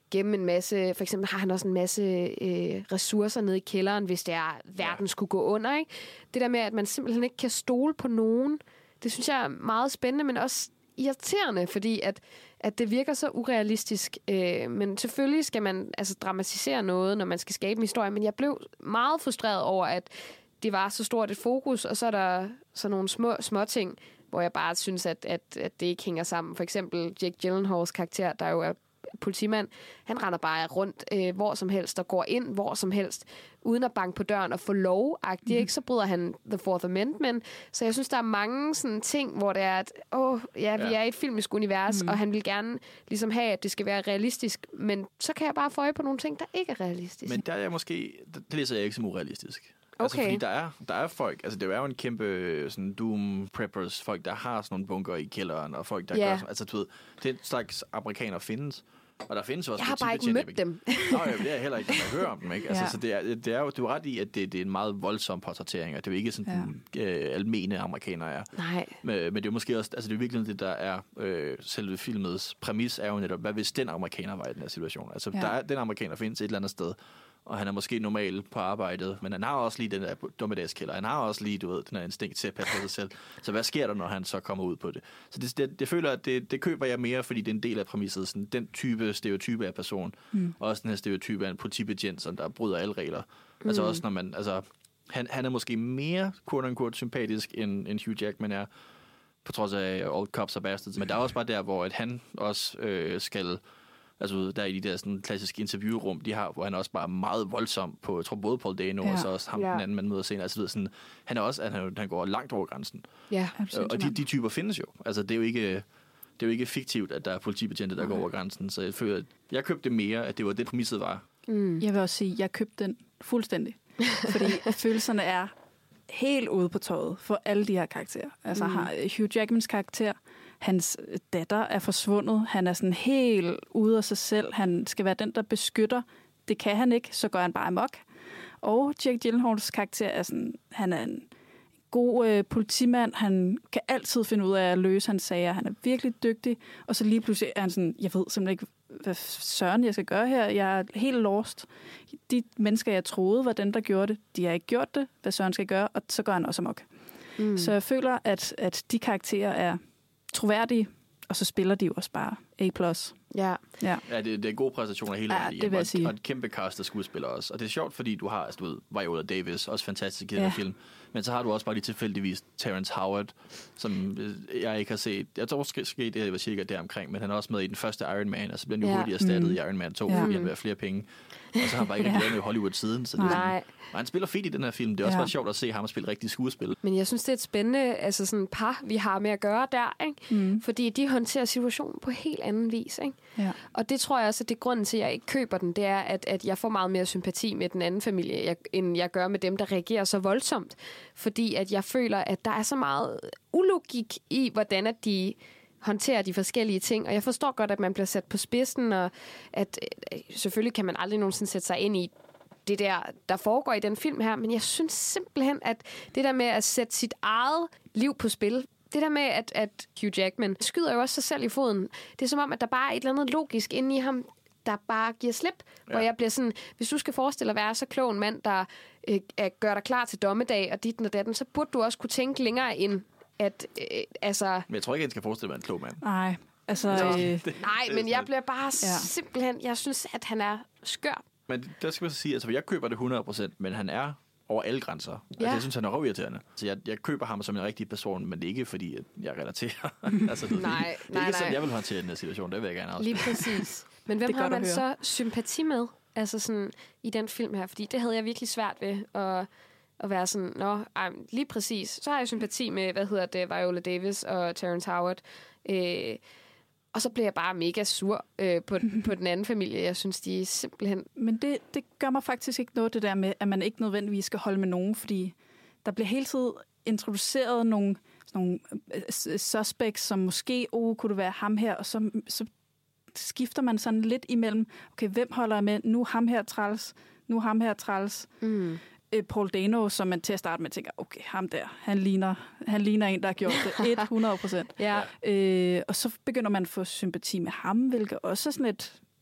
gemme en masse, for eksempel har han også en masse øh, ressourcer nede i kælderen, hvis det er, verden ja. skulle gå under, ikke? Det der med, at man simpelthen ikke kan stole på nogen, det synes jeg er meget spændende, men også irriterende, fordi at, at det virker så urealistisk. Øh, men selvfølgelig skal man altså dramatisere noget, når man skal skabe en historie, men jeg blev meget frustreret over, at det var så stort et fokus, og så er der så nogle små, små ting, hvor jeg bare synes, at, at, at det ikke hænger sammen. For eksempel Jake Gyllenhaals karakter, der jo er politimand, han render bare rundt øh, hvor som helst og går ind hvor som helst, uden at banke på døren og få lov-agtigt, mm. ikke? Så bryder han The Fourth Amendment. Så jeg synes, der er mange sådan ting, hvor det er, at åh, ja, vi ja. er i et filmisk univers, mm. og han vil gerne ligesom have, at det skal være realistisk, men så kan jeg bare få øje på nogle ting, der ikke er realistiske. Men der er jeg måske, det læser jeg ikke som urealistisk. Okay. Altså, fordi der er, der er folk, altså det er jo en kæmpe sådan doom preppers, folk, der har sådan nogle bunker i kælderen, og folk, der yeah. gør, altså du ved, den slags amerikanere findes. Og der findes også... Jeg har bare ikke mødt dem. Nå, ja, det er heller ikke, når man hører om dem, ikke? Altså, ja. Så det er, det er jo, du er ret i, at det, det er en meget voldsom portrættering, og det er jo ikke sådan, ja. øh, almene amerikanere er. Nej. Men, men det er jo måske også, altså det er virkelig det, der er øh, selve filmets præmis, er jo netop, hvad hvis den amerikaner var i den her situation? Altså, ja. der er, den amerikaner findes et eller andet sted, og han er måske normal på arbejdet, men han har også lige den der dummedagskælder. Han har også lige, du ved, den her instinkt til at passe på sig selv. Så hvad sker der, når han så kommer ud på det? Så det, det, det føler, at det, det køber jeg mere, fordi det er en del af præmisset. Sådan, den type stereotype af person. Mm. Og også den her stereotype af en politibetjent, som der bryder alle regler. Mm. Altså også når man, altså, han, han er måske mere quote-unquote sympatisk, end, end Hugh Jackman er, på trods af Old Cops og Bastards. Men der er også bare der, hvor at han også øh, skal... Altså, der er i de der sådan, klassiske interviewrum, de har, hvor han også bare er meget voldsom på, jeg tror både Paul Dano ja. og så også ham ja. den anden, man møder senere. Altså, sådan, han er også, at han, han går langt over grænsen. Ja, absolut. Og de, de typer findes jo. Altså, det er jo ikke, det er jo ikke fiktivt, at der er politibetjente, der okay. går over grænsen. Så jeg føler, at jeg købte det mere, at det var det, præmisset var. Mm. Jeg vil også sige, at jeg købte den fuldstændig. Fordi følelserne er helt ude på tøjet for alle de her karakterer. Altså, mm. har Hugh Jackmans karakter, hans datter er forsvundet. Han er sådan helt ude af sig selv. Han skal være den, der beskytter. Det kan han ikke, så går han bare amok. Og Jake Gyllenhaals karakter er sådan, han er en god øh, politimand. Han kan altid finde ud af at løse hans sager. Han er virkelig dygtig. Og så lige pludselig er han sådan, jeg ved simpelthen ikke, hvad søren jeg skal gøre her. Jeg er helt lost. De mennesker, jeg troede var dem, der gjorde det, de har ikke gjort det. Hvad søren skal gøre? Og så går han også amok. Mm. Så jeg føler, at, at de karakterer er troværdige, og så spiller de jo også bare A plus. Ja, ja. ja det, det er gode præstationer hele ja, vejen. Det vil jeg sige. Og et kæmpe cast af skuespillere også. Og det er sjovt, fordi du har, altså du ved, Viola Davis, også fantastisk i den ja. film. Men så har du også bare lige tilfældigvis Terrence Howard, som jeg ikke har set. Jeg tror måske, det var cirka deromkring, men han er også med i den første Iron Man, og så bliver han jo ja. hurtigt erstattet mm. i Iron Man to, ja. fordi han vil have flere penge. Og så har han bare ikke rigtig lavet noget i Hollywood siden. Så det er sådan, og han spiller fint i den her film. Det er også ja. bare sjovt at se ham spille rigtig skuespil. Men jeg synes, det er et spændende altså sådan par, vi har med at gøre der, ikke? Mm. Fordi de håndterer situationen på helt anden vis. Ikke? Ja. Og det tror jeg også, at det er grunden til, at jeg ikke køber den, det er, at, at jeg får meget mere sympati med den anden familie, jeg, end jeg gør med dem, der reagerer så voldsomt. Fordi at jeg føler, at der er så meget ulogik i, hvordan at de håndterer de forskellige ting. Og jeg forstår godt, at man bliver sat på spidsen, og at øh, selvfølgelig kan man aldrig nogensinde sætte sig ind i det der, der foregår i den film her, men jeg synes simpelthen, at det der med at sætte sit eget liv på spil, det der med, at, at Hugh Jackman skyder jo også sig selv i foden. Det er som om, at der bare er et eller andet logisk inde i ham, der bare giver slip. Ja. Hvor jeg bliver sådan, hvis du skal forestille at være så klog en mand, der øh, gør dig klar til dommedag og dit og datten, så burde du også kunne tænke længere ind, at øh, altså... Men jeg tror ikke, han skal forestille at være en klog mand. Nej, altså... Øh, nej, men jeg bliver bare ja. simpelthen... Jeg synes, at han er skør. Men der skal man så sige, altså jeg køber det hundrede procent, men han er over alle grænser. Ja. Altså jeg synes, han er røvirriterende. Så jeg, jeg køber ham som en rigtig person, men det er ikke fordi, at jeg relaterer. altså, det, nej, det er nej, ikke sådan, nej. jeg vil håndtere den her situation. Det vil jeg gerne også. Lige præcis. Men hvem har man så sympati med altså sådan, i den film her? Fordi det havde jeg virkelig svært ved at, at være sådan, nå, ej, lige præcis. Så har jeg sympati med, hvad hedder det, Viola Davis og Terrence Howard. Øh, Og så bliver jeg bare mega sur øh, på, på den anden familie. Jeg synes, de er simpelthen... Men det, det gør mig faktisk ikke noget, det der med, at man ikke nødvendigvis skal holde med nogen, fordi der bliver hele tiden introduceret nogle, nogle suspects, som måske, oh, kunne det være ham her, og så, så skifter man sådan lidt imellem, okay, hvem holder jeg med? Nu ham her træls, nu ham her træls. Mm. Paul Dano, som man til at starte med tænker, okay, ham der, han ligner, han ligner en, der har gjort det hundrede procent. ja. øh, og så begynder man at få sympati med ham, hvilket også er sådan et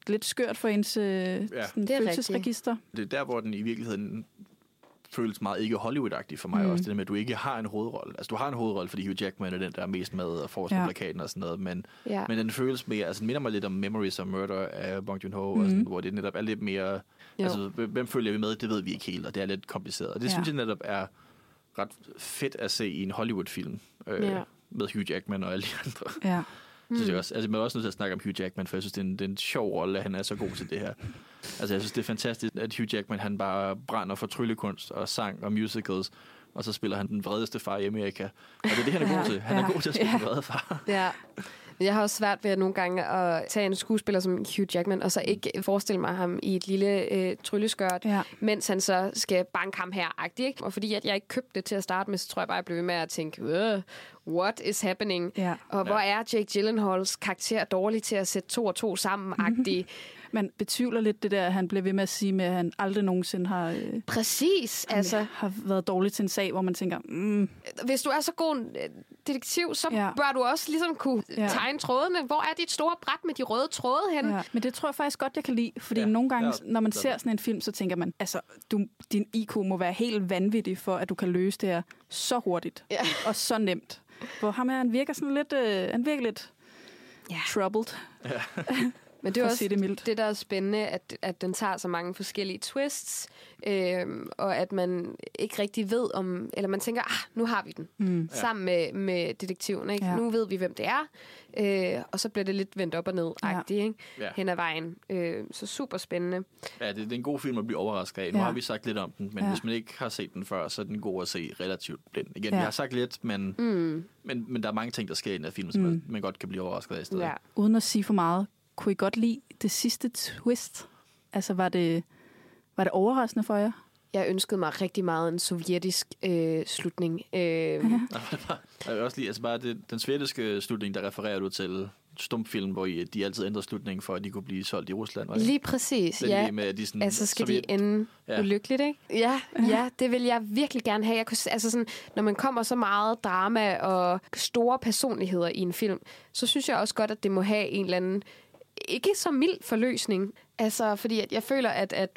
lidt skørt for ens øh, ja. følelsesregister. Det er der, hvor den i virkeligheden føles meget ikke Hollywood-agtig for mig mm. også. Det der med, at du ikke har en hovedrolle. Altså, du har en hovedrolle, fordi Hugh Jackman er den, der er mest med og forrest på ja. plakaten og sådan noget. Men, ja. men den føles mere, altså den minder mig lidt om Memories of Murder af Bong Joon-ho, mm. og sådan, hvor det netop er lidt mere, jo. altså, hvem følger vi med, det ved vi ikke helt, og det er lidt kompliceret. Og det ja. synes jeg netop er ret fedt at se i en Hollywood-film øh, ja. med Hugh Jackman og alle de andre. Ja. Mm. Synes jeg også. Altså, man er også nødt til at snakke om Hugh Jackman, for jeg synes, det er en, det er en sjov rolle, at han er så god til det her. Altså, jeg synes, det er fantastisk, at Hugh Jackman, han bare brænder for tryllekunst og sang og musicals, og så spiller han den vredeste far i Amerika. Og det er det, han er god til. Han er god til at spille ja. den vrede far. Ja. Jeg har også svært ved at nogle gange at tage en skuespiller som Hugh Jackman, og så ikke forestille mig ham i et lille øh, trylleskørt, ja. mens han så skal banke ham her-agtigt. Ikke? Og fordi at jeg ikke købte det til at starte med, så tror jeg bare, jeg blev ved med at tænke, what is happening? Ja. Og hvor er Jake Gyllenhaals karakter dårlig til at sætte to og to sammen-agtigt? Man betvivler lidt det der, han blev ved med at sige med, at han aldrig nogensinde har, øh, Præcis, altså. har været dårlig til en sag, hvor man tænker... Mm. Hvis du er så god en detektiv, så ja. bør du også ligesom kunne ja. tegne trådene. Hvor er dit store bræt med de røde tråde henne? Ja. Men det tror jeg faktisk godt, jeg kan lide. Fordi ja. nogle gange, ja. når man ser sådan en film, så tænker man, altså, du, din I Q må være helt vanvittig for, at du kan løse det her så hurtigt ja. og så nemt. Hvor ham her, han virker sådan lidt... Øh, han virker lidt ja. troubled. Ja. Men det er også det, det, der er spændende, at, at den tager så mange forskellige twists, øh, og at man ikke rigtig ved om... Eller man tænker, ah, nu har vi den. Mm. Sammen med, med detektiven. Ikke? Ja. Nu ved vi, hvem det er. Øh, og så bliver det lidt vendt op og ned-agtigt, ja. ikke? Ja. Hen ad vejen. Øh, så super spændende. Ja, det, det er en god film at blive overrasket af. Nu ja. har vi sagt lidt om den, men ja. hvis man ikke har set den før, så er den god at se relativt blind. Igen, ja. vi har sagt lidt, men, mm. men, men der er mange ting, der sker i den her film, som mm. man, man godt kan blive overrasket af i stedet. Ja. Uden at sige for meget, kunne I godt lide det sidste twist? Altså, var det, var det overraskende for jer? Jeg ønskede mig rigtig meget en sovjetisk øh, slutning. Øh. Jeg vil også lide, altså bare det, den sovjetiske slutning, der refererer du til stumfilm, hvor de altid ændrer slutningen, for at de kunne blive solgt i Rusland. Var det? Lige præcis, den ja. Med, at de sådan, altså skal Sovjet... de ende ja. ulykkeligt, ikke? Ja, ja, det vil jeg virkelig gerne have. Jeg kunne, altså sådan, når man kommer så meget drama og store personligheder i en film, så synes jeg også godt, at det må have en eller anden ikke så mild forløsning. Altså, fordi at jeg føler, at, at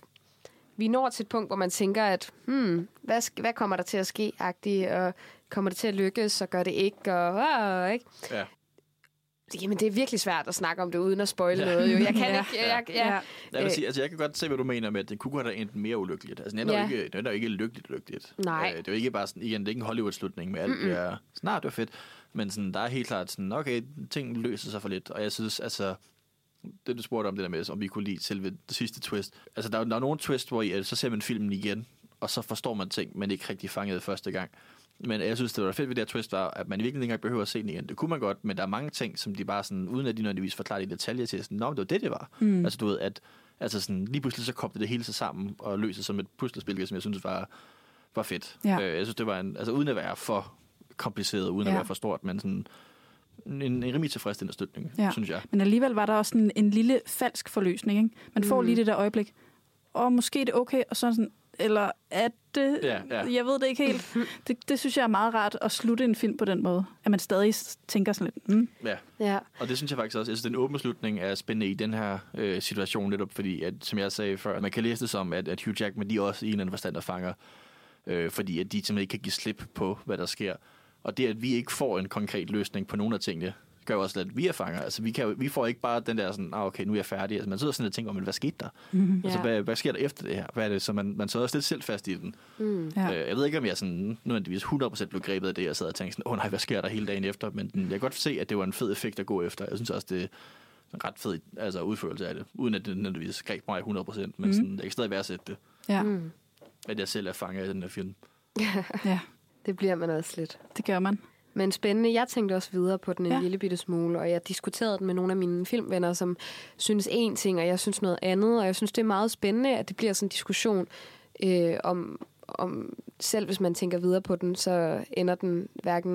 vi når til et punkt, hvor man tænker, at hmm, hvad, hvad kommer der til at ske, agtigt, og kommer det til at lykkes, og gør det ikke, og øh, ikke? Ja. Jamen, det er virkelig svært at snakke om det, uden at spoile ja. noget. Jo. Jeg kan ja. ikke... Jeg, jeg, ja. Jeg, vil sige, altså, jeg kan godt se, hvad du mener med, at det kunne godt have endt mere ulykkeligt. Altså, den er jo ja. ikke, ikke lykkeligt lykkeligt. Nej. Det er jo ikke bare sådan, igen, det er ikke en Hollywood-slutning med alt. Mm-mm. Det er snart, det er fedt. Men sådan, der er helt klart sådan, okay, ting løser sig for lidt. Og jeg synes, altså... Det, du spurgte om det der med, om vi kunne lide selve det sidste twist. Altså, der er, der er nogle twist, hvor I, så ser man filmen igen, og så forstår man ting, men ikke rigtig fanget første gang. Men jeg synes, det var fedt ved det her twist, var, at man virkelig ikke engang behøver at se den igen. Det kunne man godt, men der er mange ting, som de bare sådan, uden at de nødvendigvis forklarer i detaljer til, sådan, nå, det var det, det var. Mm. Altså, du ved, at altså sådan, lige pludselig så kobler det hele sig sammen, og løser som et puslespil, som jeg synes var, var fedt. Ja. Jeg synes, det var en, altså uden at være for kompliceret, uden ja. at være for stort, men sådan... En, en rimelig tilfredsstillende støtning, ja. synes jeg. Men alligevel var der også en, en lille falsk forløsning, ikke? Man får mm. lige det der øjeblik, og måske er det okay, og sådan sådan, eller er det... Ja, ja. Jeg ved det ikke helt. Det, det synes jeg er meget rart at slutte en film på den måde, at man stadig tænker sådan lidt... Mm. Ja. ja, og det synes jeg faktisk også. Altså, den åbne slutning er spændende i den her øh, situation, lidt op, fordi, at, som jeg sagde før, man kan læse det som, at, at Hugh Jackman, de er også i en eller anden forstand der fanger, øh, fordi at de simpelthen ikke kan give slip på, hvad der sker. Og det, at vi ikke får en konkret løsning på nogle af tingene, gør jo også, at vi er fanger. Altså, vi, kan, vi får ikke bare den der sådan, ah, okay, nu er jeg færdig. Altså, man sidder sådan og tænker, men hvad skete der? Mm, altså, yeah. hvad, hvad sker der efter det her? Hvad er det? Så man, man sidder også lidt selv fast i den. Mm. Ja. Øh, jeg ved ikke, om jeg sådan, nødvendigvis hundrede procent blev grebet af det, jeg sad og tænkte sådan, åh oh, nej, hvad sker der hele dagen efter? Men jeg kan godt se, at det var en fed effekt at gå efter. Jeg synes også, det er en ret fed altså, udførelse af det, uden at det nødvendigvis greb mig hundrede procent. Men mm. sådan, jeg kan stadig værdsætte det. Ja. Mm. At jeg selv er fanget i den her film. Ja, det bliver man også lidt. Det gør man. Men spændende. Jeg tænkte også videre på den en ja. lille bitte smule, og jeg diskuterede den med nogle af mine filmvenner, som synes én ting, og jeg synes noget andet, og jeg synes, det er meget spændende, at det bliver sådan en diskussion øh, om, om, selv hvis man tænker videre på den, så ender den hverken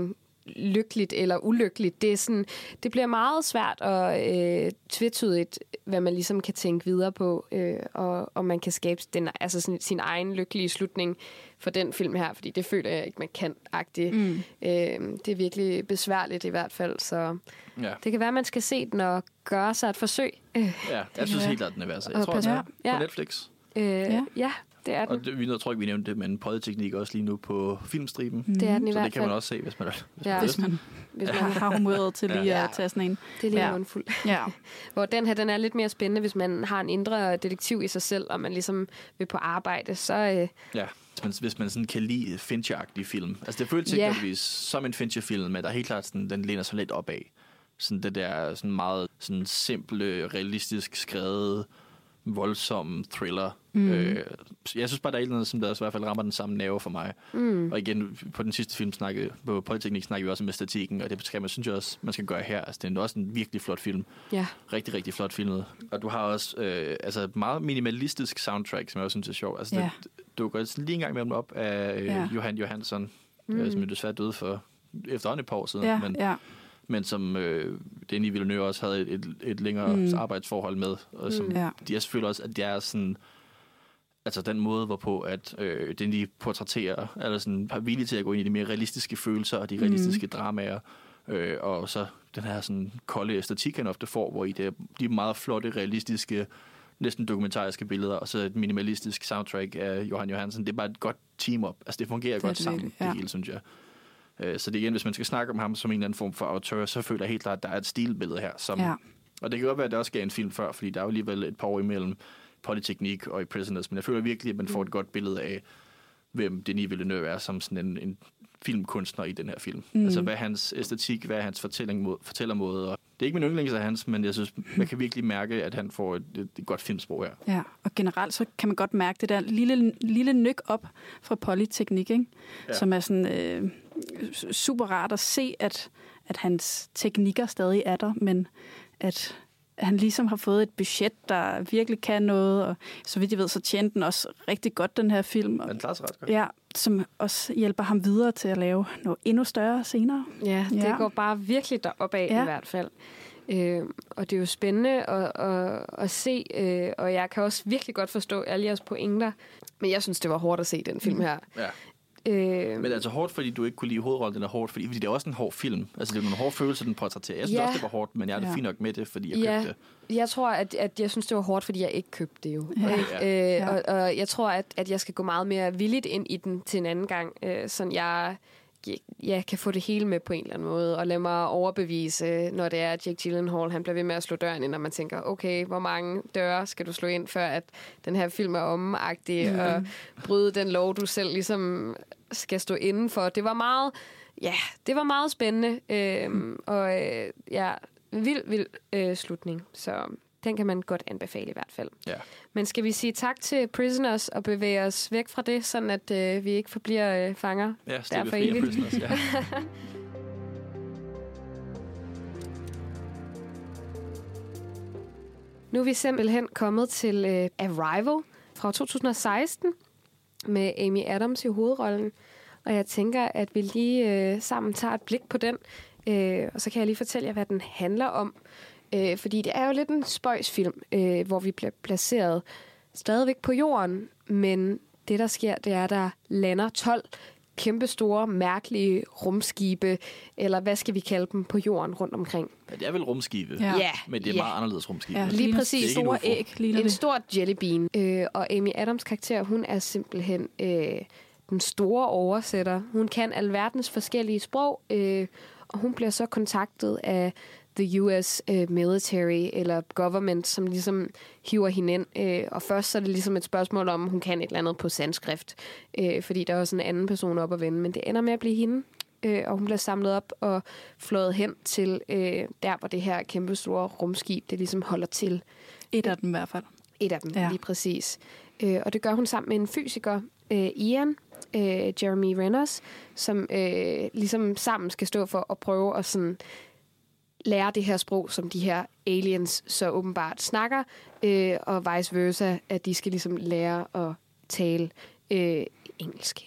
lykkeligt eller ulykkeligt. Det, er sådan, det bliver meget svært og øh, tvetydigt, hvad man ligesom kan tænke videre på, øh, og, og man kan skabe den, altså sådan, sin egen lykkelige slutning for den film her, fordi det føler jeg ikke, man kan-agtigt. Mm. Øh, det er virkelig besværligt i hvert fald, så ja. Det kan være, at man skal se den og gøre sig et forsøg. Ja, jeg synes helt klart, den er værd. Jeg tror, den er på Netflix. Øh, ja. ja, det er den. Og det, vi tror ikke, vi nævnte det, men Polyteknik er også lige nu på Filmstriben. Mm. Det er den i så hvert fald. det kan man også se, hvis man, hvis ja. man, hvis man, hvis man har humøret til lige ja. at tage sådan en. Det er lige ja. mundfuld. Ja. Hvor den her, den er lidt mere spændende, hvis man har en indre detektiv i sig selv, og man ligesom vil på arbejde, så... Øh... Ja, hvis man, hvis man sådan kan lide Fincher-agtige film. Altså det føles tilfældigvis yeah. som en Fincher-film, men der er helt klart sådan, den læner sig lidt opad. Sådan det der sådan meget sådan simple, realistisk skrevet, voldsom thriller. Mm. Øh, jeg synes bare, der er noget, som der også i hvert fald rammer den samme nerve for mig. Mm. Og igen, på den sidste film snakkede, på Polyteknik snakkede vi også om æstetikken, og det skal man, synes jeg også, man skal gøre her. Altså, det er også en virkelig flot film. Yeah. Rigtig, rigtig flot filmet. Og du har også øh, altså et meget minimalistisk soundtrack, som jeg også synes er sjovt. Altså, yeah. det, du går lige en gang med dem op af øh, yeah. Johan Johansson, mm. øh, som jo desværre døde for efterhånden et par år siden. Yeah. Men, yeah. men som øh, Denis Villeneuve også havde et, et, et længere mm. arbejdsforhold med. Og som, mm. yeah. de er selvfølgelig også, at det er sådan... Altså den måde, hvorpå at øh, den de portrætterer, eller sådan har vilje til at gå ind i de mere realistiske følelser og de realistiske mm. dramaer, øh, og så den her sådan kolde æstetik, han ofte får, hvor i det er de meget flotte, realistiske, næsten dokumentariske billeder, og så et minimalistisk soundtrack af Johan Johansson. Det er bare et godt team-up. Altså det fungerer det godt det, sammen, ja. Det hele, synes jeg. Øh, så det igen, hvis man skal snakke om ham som en eller anden form for auteur, så føler jeg helt klart, at der er et stilbillede her. Som, ja. Og det kan godt være, at det også gav en film før, fordi der er jo alligevel et par år imellem Polyteknik og i Prisoners, men jeg føler virkelig, at man får et godt billede af, hvem Denis Villeneuve er som sådan en, en filmkunstner i den her film. Mm. Altså, hvad er hans æstetik, hvad er hans fortælling, fortællermåde. Og det er ikke min yndlings af hans, men jeg synes, man kan virkelig mærke, at han får et, et, et godt filmsprog her. Ja, og generelt så kan man godt mærke det der lille, lille nyk op fra Polyteknik, ikke? Ja. Som er sådan øh, super rart at se, at, at hans teknikker stadig er der, men at han ligesom har fået et budget, der virkelig kan noget, og så vidt jeg ved, så tjente den også rigtig godt, den her film. Den klarer sig ret godt. Ja, som også hjælper ham videre til at lave noget endnu større senere. Ja, det ja. går bare virkelig deroppe af ja. i hvert fald. Øh, og det er jo spændende at, at, at se, øh, og jeg kan også virkelig godt forstå alle jeres pointer, men jeg synes, det var hårdt at se den film her. Ja. Øh, Men altså hårdt, fordi du ikke kunne lide hovedrollen, den er hårdt, fordi, fordi det er også en hård film. Altså det er nogle hårde følelser, den portrætterer. Jeg synes ja. også, det var hårdt, men jeg er det ja. fint nok med det, fordi jeg ja. købte det. Jeg tror, at, at jeg synes, det var hårdt, fordi jeg ikke købte det jo. Ja. Og, Ja. øh, og, og jeg tror, at, at jeg skal gå meget mere villigt ind i den til en anden gang, øh, sådan jeg, jeg, jeg kan få det hele med på en eller anden måde, og lade mig overbevise, når det er, at Jake Gyllenhaal, han bliver ved med at slå døren ind, når man tænker, okay, hvor mange døre skal du slå ind, før at den her film er omagtig, mm. og bryde den lov, du selv ligesom skal stå inden for. Det var meget, ja, det var meget spændende, øhm, mm. og øh, ja, vild, vild øh, slutning, så den kan man godt anbefale i hvert fald. Ja. Men skal vi sige tak til Prisoners og bevæge os væk fra det, sådan at øh, vi ikke forbliver øh, fanger ja, der for evigt? Prisoners, ja. Nu er vi simpelthen kommet til øh, Arrival fra to tusind og seksten med Amy Adams i hovedrollen. Og jeg tænker, at vi lige øh, sammen tager et blik på den. Øh, og så kan jeg lige fortælle jer, hvad den handler om. Øh, fordi det er jo lidt en spøjsfilm, øh, hvor vi bliver placeret stadigvæk på jorden. Men det, der sker, det er, at der lander tolv kæmpestore, mærkelige rumskibe, eller hvad skal vi kalde dem, på jorden rundt omkring. Ja, det er vel rumskibe, ja. Ja. men det er ja. meget anderledes rumskibe. Ja, lige præcis. Store æg, en det. stor jellybean. Øh, og Amy Adams karakter, hun er simpelthen øh, den store oversætter. Hun kan alverdens forskellige sprog, øh, og hun bliver så kontaktet af the U S uh, military eller government, som ligesom hiver hende ind. Uh, og først så er det ligesom et spørgsmål om, hun kan et eller andet på sanskrift, uh, fordi der er også en anden person op at vende, men det ender med at blive hende. Uh, og hun bliver samlet op og flået hen til uh, der, hvor det her kæmpe store rumskib, det ligesom holder til. Et af dem i hvert fald. Et af dem, ja. Lige præcis. Uh, og det gør hun sammen med en fysiker, uh, Ian, uh, Jeremy Renner, som uh, ligesom sammen skal stå for at prøve at sådan lære det her sprog, som de her aliens så åbenbart snakker, øh, og vice versa, at de skal ligesom lære at tale øh, engelsk eller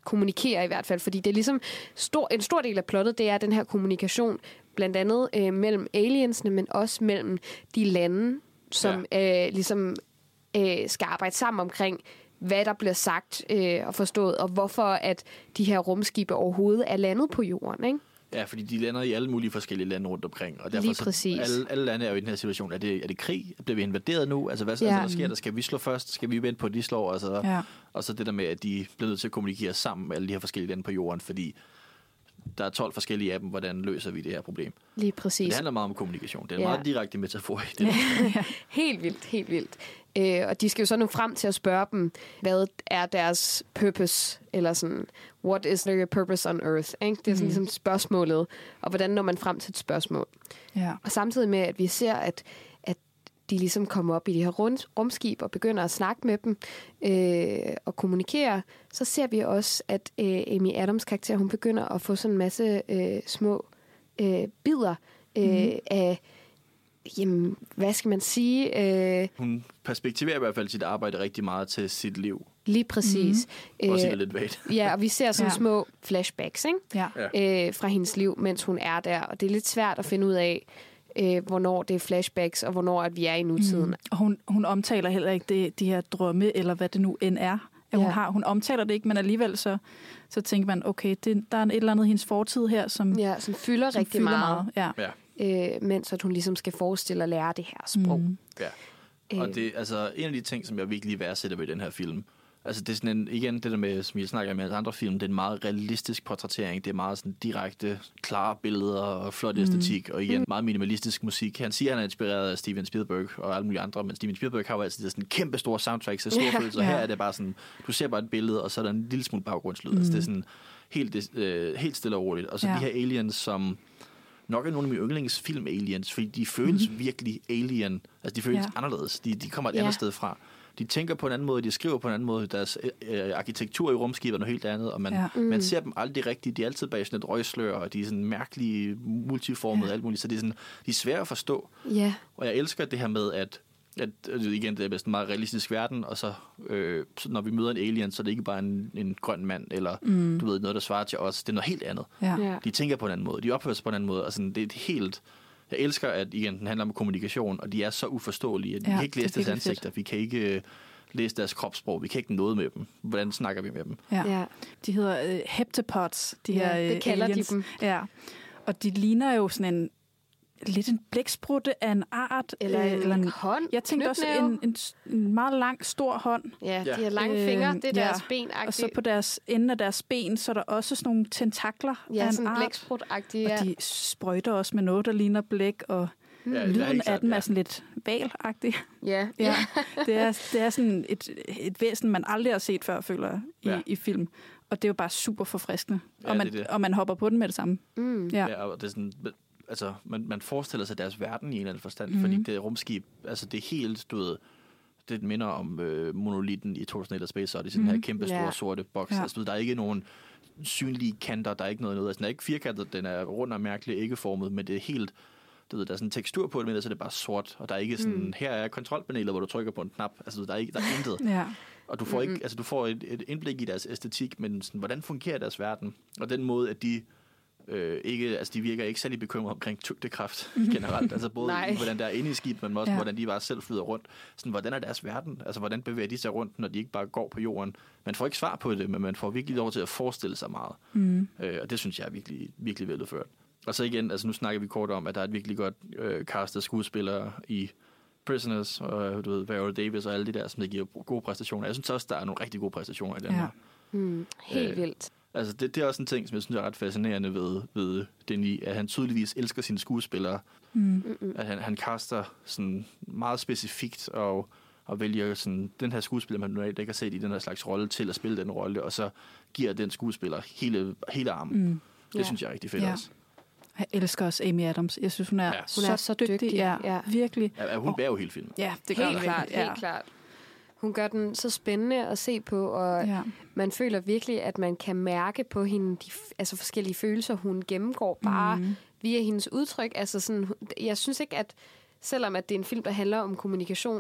kommunikere i hvert fald, fordi det er ligesom stor, en stor del af plottet, det er den her kommunikation, blandt andet øh, mellem aliensene, men også mellem de lande, som ja. øh, ligesom øh, skal arbejde sammen omkring, hvad der bliver sagt øh, og forstået, og hvorfor at de her rumskibe overhovedet er landet på jorden, ikke? Ja, fordi de lander i alle mulige forskellige lande rundt omkring. Og derfor lige præcis. Så alle, alle lande er jo i den her situation. Er det, er det krig? Bliver vi invaderet nu? Altså, hvad ja. altså, der sker der? Skal vi slå først? Skal vi vente på, at de slår? Altså, ja. Og så det der med, at de bliver nødt til at kommunikere sammen med alle de her forskellige lande på jorden, fordi der er tolv forskellige af dem. Hvordan løser vi det her problem? Lige præcis. Det handler meget om kommunikation. Det er en ja. meget direkte metafor i det. Helt vildt, helt vildt. Øh, og de skal jo så nå frem til at spørge dem, hvad er deres purpose, eller sådan, what is their purpose on earth? Ikke? Det er sådan mm. ligesom spørgsmålet, og hvordan når man frem til et spørgsmål. Ja. Og samtidig med, at vi ser, at, at de ligesom kommer op i de her rum, rumskib og begynder at snakke med dem øh, og kommunikere, så ser vi også, at øh, Amy Adams karakter, hun begynder at få sådan en masse øh, små øh, bidder øh, mm. af jamen, hvad skal man sige? Øh, Hun perspektiverer i hvert fald sit arbejde rigtig meget til sit liv. Lige præcis. Mm-hmm. Også øh, lidt vagt. Ja, og vi ser sådan ja. små flashbacks, ikke? Ja. Øh, fra hendes liv, mens hun er der. Og det er lidt svært at finde ud af, øh, hvornår det er flashbacks, og hvornår at vi er i nutiden. Mm. Og hun, hun omtaler heller ikke det, de her drømme, eller hvad det nu end er, at hun ja. har. Hun omtaler det ikke, men alligevel så, så tænker man, okay, det, der er et eller andet i hendes fortid her, som, ja, som fylder som rigtig fylder meget. meget. Ja. Ja. Øh, mens at hun ligesom skal forestille at lære det her sprog. Mm. Ja. Og det altså en af de ting, som jeg virkelig værdsætter ved den her film. Altså det er sådan en, igen det der med, som jeg snakker med andre film, det er en meget realistisk portrættering. Det er meget sådan direkte, klare billeder og flot mm. æstetik, og igen meget minimalistisk musik. Han siger, at han er inspireret af Steven Spielberg og alle mulige andre, men Steven Spielberg har jo altid sådan en kæmpe stor soundtrack, så store følelser. Yeah. Her er det bare sådan, du ser bare et billede, og så er der en lille smule baggrundslyd. Mm. Altså det er sådan helt, øh, helt stille og roligt. Og så yeah. de her aliens, som nok er nogle af mine yndlingsfilm aliens, fordi de føles mm. virkelig alien. Altså de føles yeah. anderledes. De, de kommer et yeah. andet sted fra. De tænker på en anden måde, de skriver på en anden måde, deres øh, arkitektur i rumskibet er noget helt andet, og man, ja. mm. man ser dem aldrig rigtigt. De er altid bag sådan et røgslør, og de er sådan mærkelige, multiformede, ja. alt muligt, så de er, sådan, de er svære at forstå. Ja. Og jeg elsker det her med, at, at igen, det er en meget realistisk verden, og så, øh, så når vi møder en alien, så er det ikke bare en, en grøn mand, eller mm. du ved, noget, der svarer til os. Det er noget helt andet. Ja. Ja. De tænker på en anden måde, de opfører sig på en anden måde, og sådan, det er et helt... Jeg elsker, at igen, den handler om kommunikation, og de er så uforståelige, at vi ja, kan ikke læse deres ansigter, vi kan ikke... læse deres kropssprog. Vi kan ikke noget med dem. Hvordan snakker vi med dem? Ja. Ja. De hedder øh, heptapods, de ja, her det kalder aliens. de dem. Ja. Og de ligner jo sådan en lidt en blæksprutte af en art. Eller, øh, eller en hånd. Jeg tænkte også en, en, en meget lang, stor hånd. Ja, de har lange øh, fingre. Det er ja. deres ben-agtige. Og så på deres ende af deres ben, så er der også sådan nogle tentakler ja, af en sådan art. blæksprut-agtige. Ja. Og de sprøjter også med noget, der ligner blæk, og ja, lyden af dem er sådan lidt valagtig. Ja. ja. Det er, det er sådan et, et væsen, man aldrig har set før, føler jeg, i, ja. i film. Og det er jo bare super forfriskende. Ja, og, man, det det. og man hopper på den med det samme. Mm. Ja. ja, og det er sådan... Altså, man, man forestiller sig deres verden i en eller anden forstand, mm-hmm. fordi det rumskib, altså det er helt, du ved, det minder om øh, monolitten i to tusind et Space Odyssey, mm-hmm. den her kæmpe store yeah. sorte boks. Ja. Altså, der er ikke nogen synlige kanter, der er ikke noget noget. Altså, den er ikke firkantet, den er rund og mærkelig, ikke formet, men det er helt, du ved, der er sådan en tekstur på det, men så er det bare sort, og der er ikke sådan, mm. her er kontrolpanelet, hvor du trykker på en knap. Altså, der er, ikke, der er intet. ja. Og du får ikke, altså, du får et, et indblik i deres æstetik, men sådan, hvordan fungerer deres verden? Og den måde, at de Øh, ikke, altså de virker ikke særlig bekymret omkring tyngdekraft generelt. Altså både i, hvordan der er inde i skibet, men også ja. hvordan de bare selv flyder rundt. Sådan, hvordan er deres verden? Altså hvordan bevæger de sig rundt, når de ikke bare går på jorden? Man får ikke svar på det, men man får virkelig lov til at forestille sig meget. Mm. Øh, og det synes jeg er virkelig, virkelig veludført. Og så igen, altså nu snakker vi kort om, at der er et virkelig godt øh, cast af skuespillere i Prisoners, og du ved, Viola Davis og alle de der, som der giver gode præstationer. Jeg synes også, der er nogle rigtig gode præstationer i den ja. her. Mm, helt øh, vildt. Altså, det, det er også en ting, som jeg synes er ret fascinerende ved, ved Denis, at han tydeligvis elsker sine skuespillere. Mm. At han, han kaster sådan meget specifikt og, og vælger sådan, den her skuespiller, man normalt ikke har set i den her slags rolle, til at spille den rolle, og så giver den skuespiller hele, hele armen. Mm. Det ja. synes jeg er rigtig fedt ja. også. Jeg elsker også Amy Adams. Jeg synes, hun er, ja. så, hun er så dygtig. dygtig. Ja, ja. Virkelig. Ja, hun bærer jo hele filmen. Ja, det gør helt hun. klart, ja. helt klart. Hun gør den så spændende at se på, og ja. man føler virkelig, at man kan mærke på hende de altså forskellige følelser, hun gennemgår bare mm. via hendes udtryk. Altså sådan, jeg synes ikke, at selvom at det er en film, der handler om kommunikation,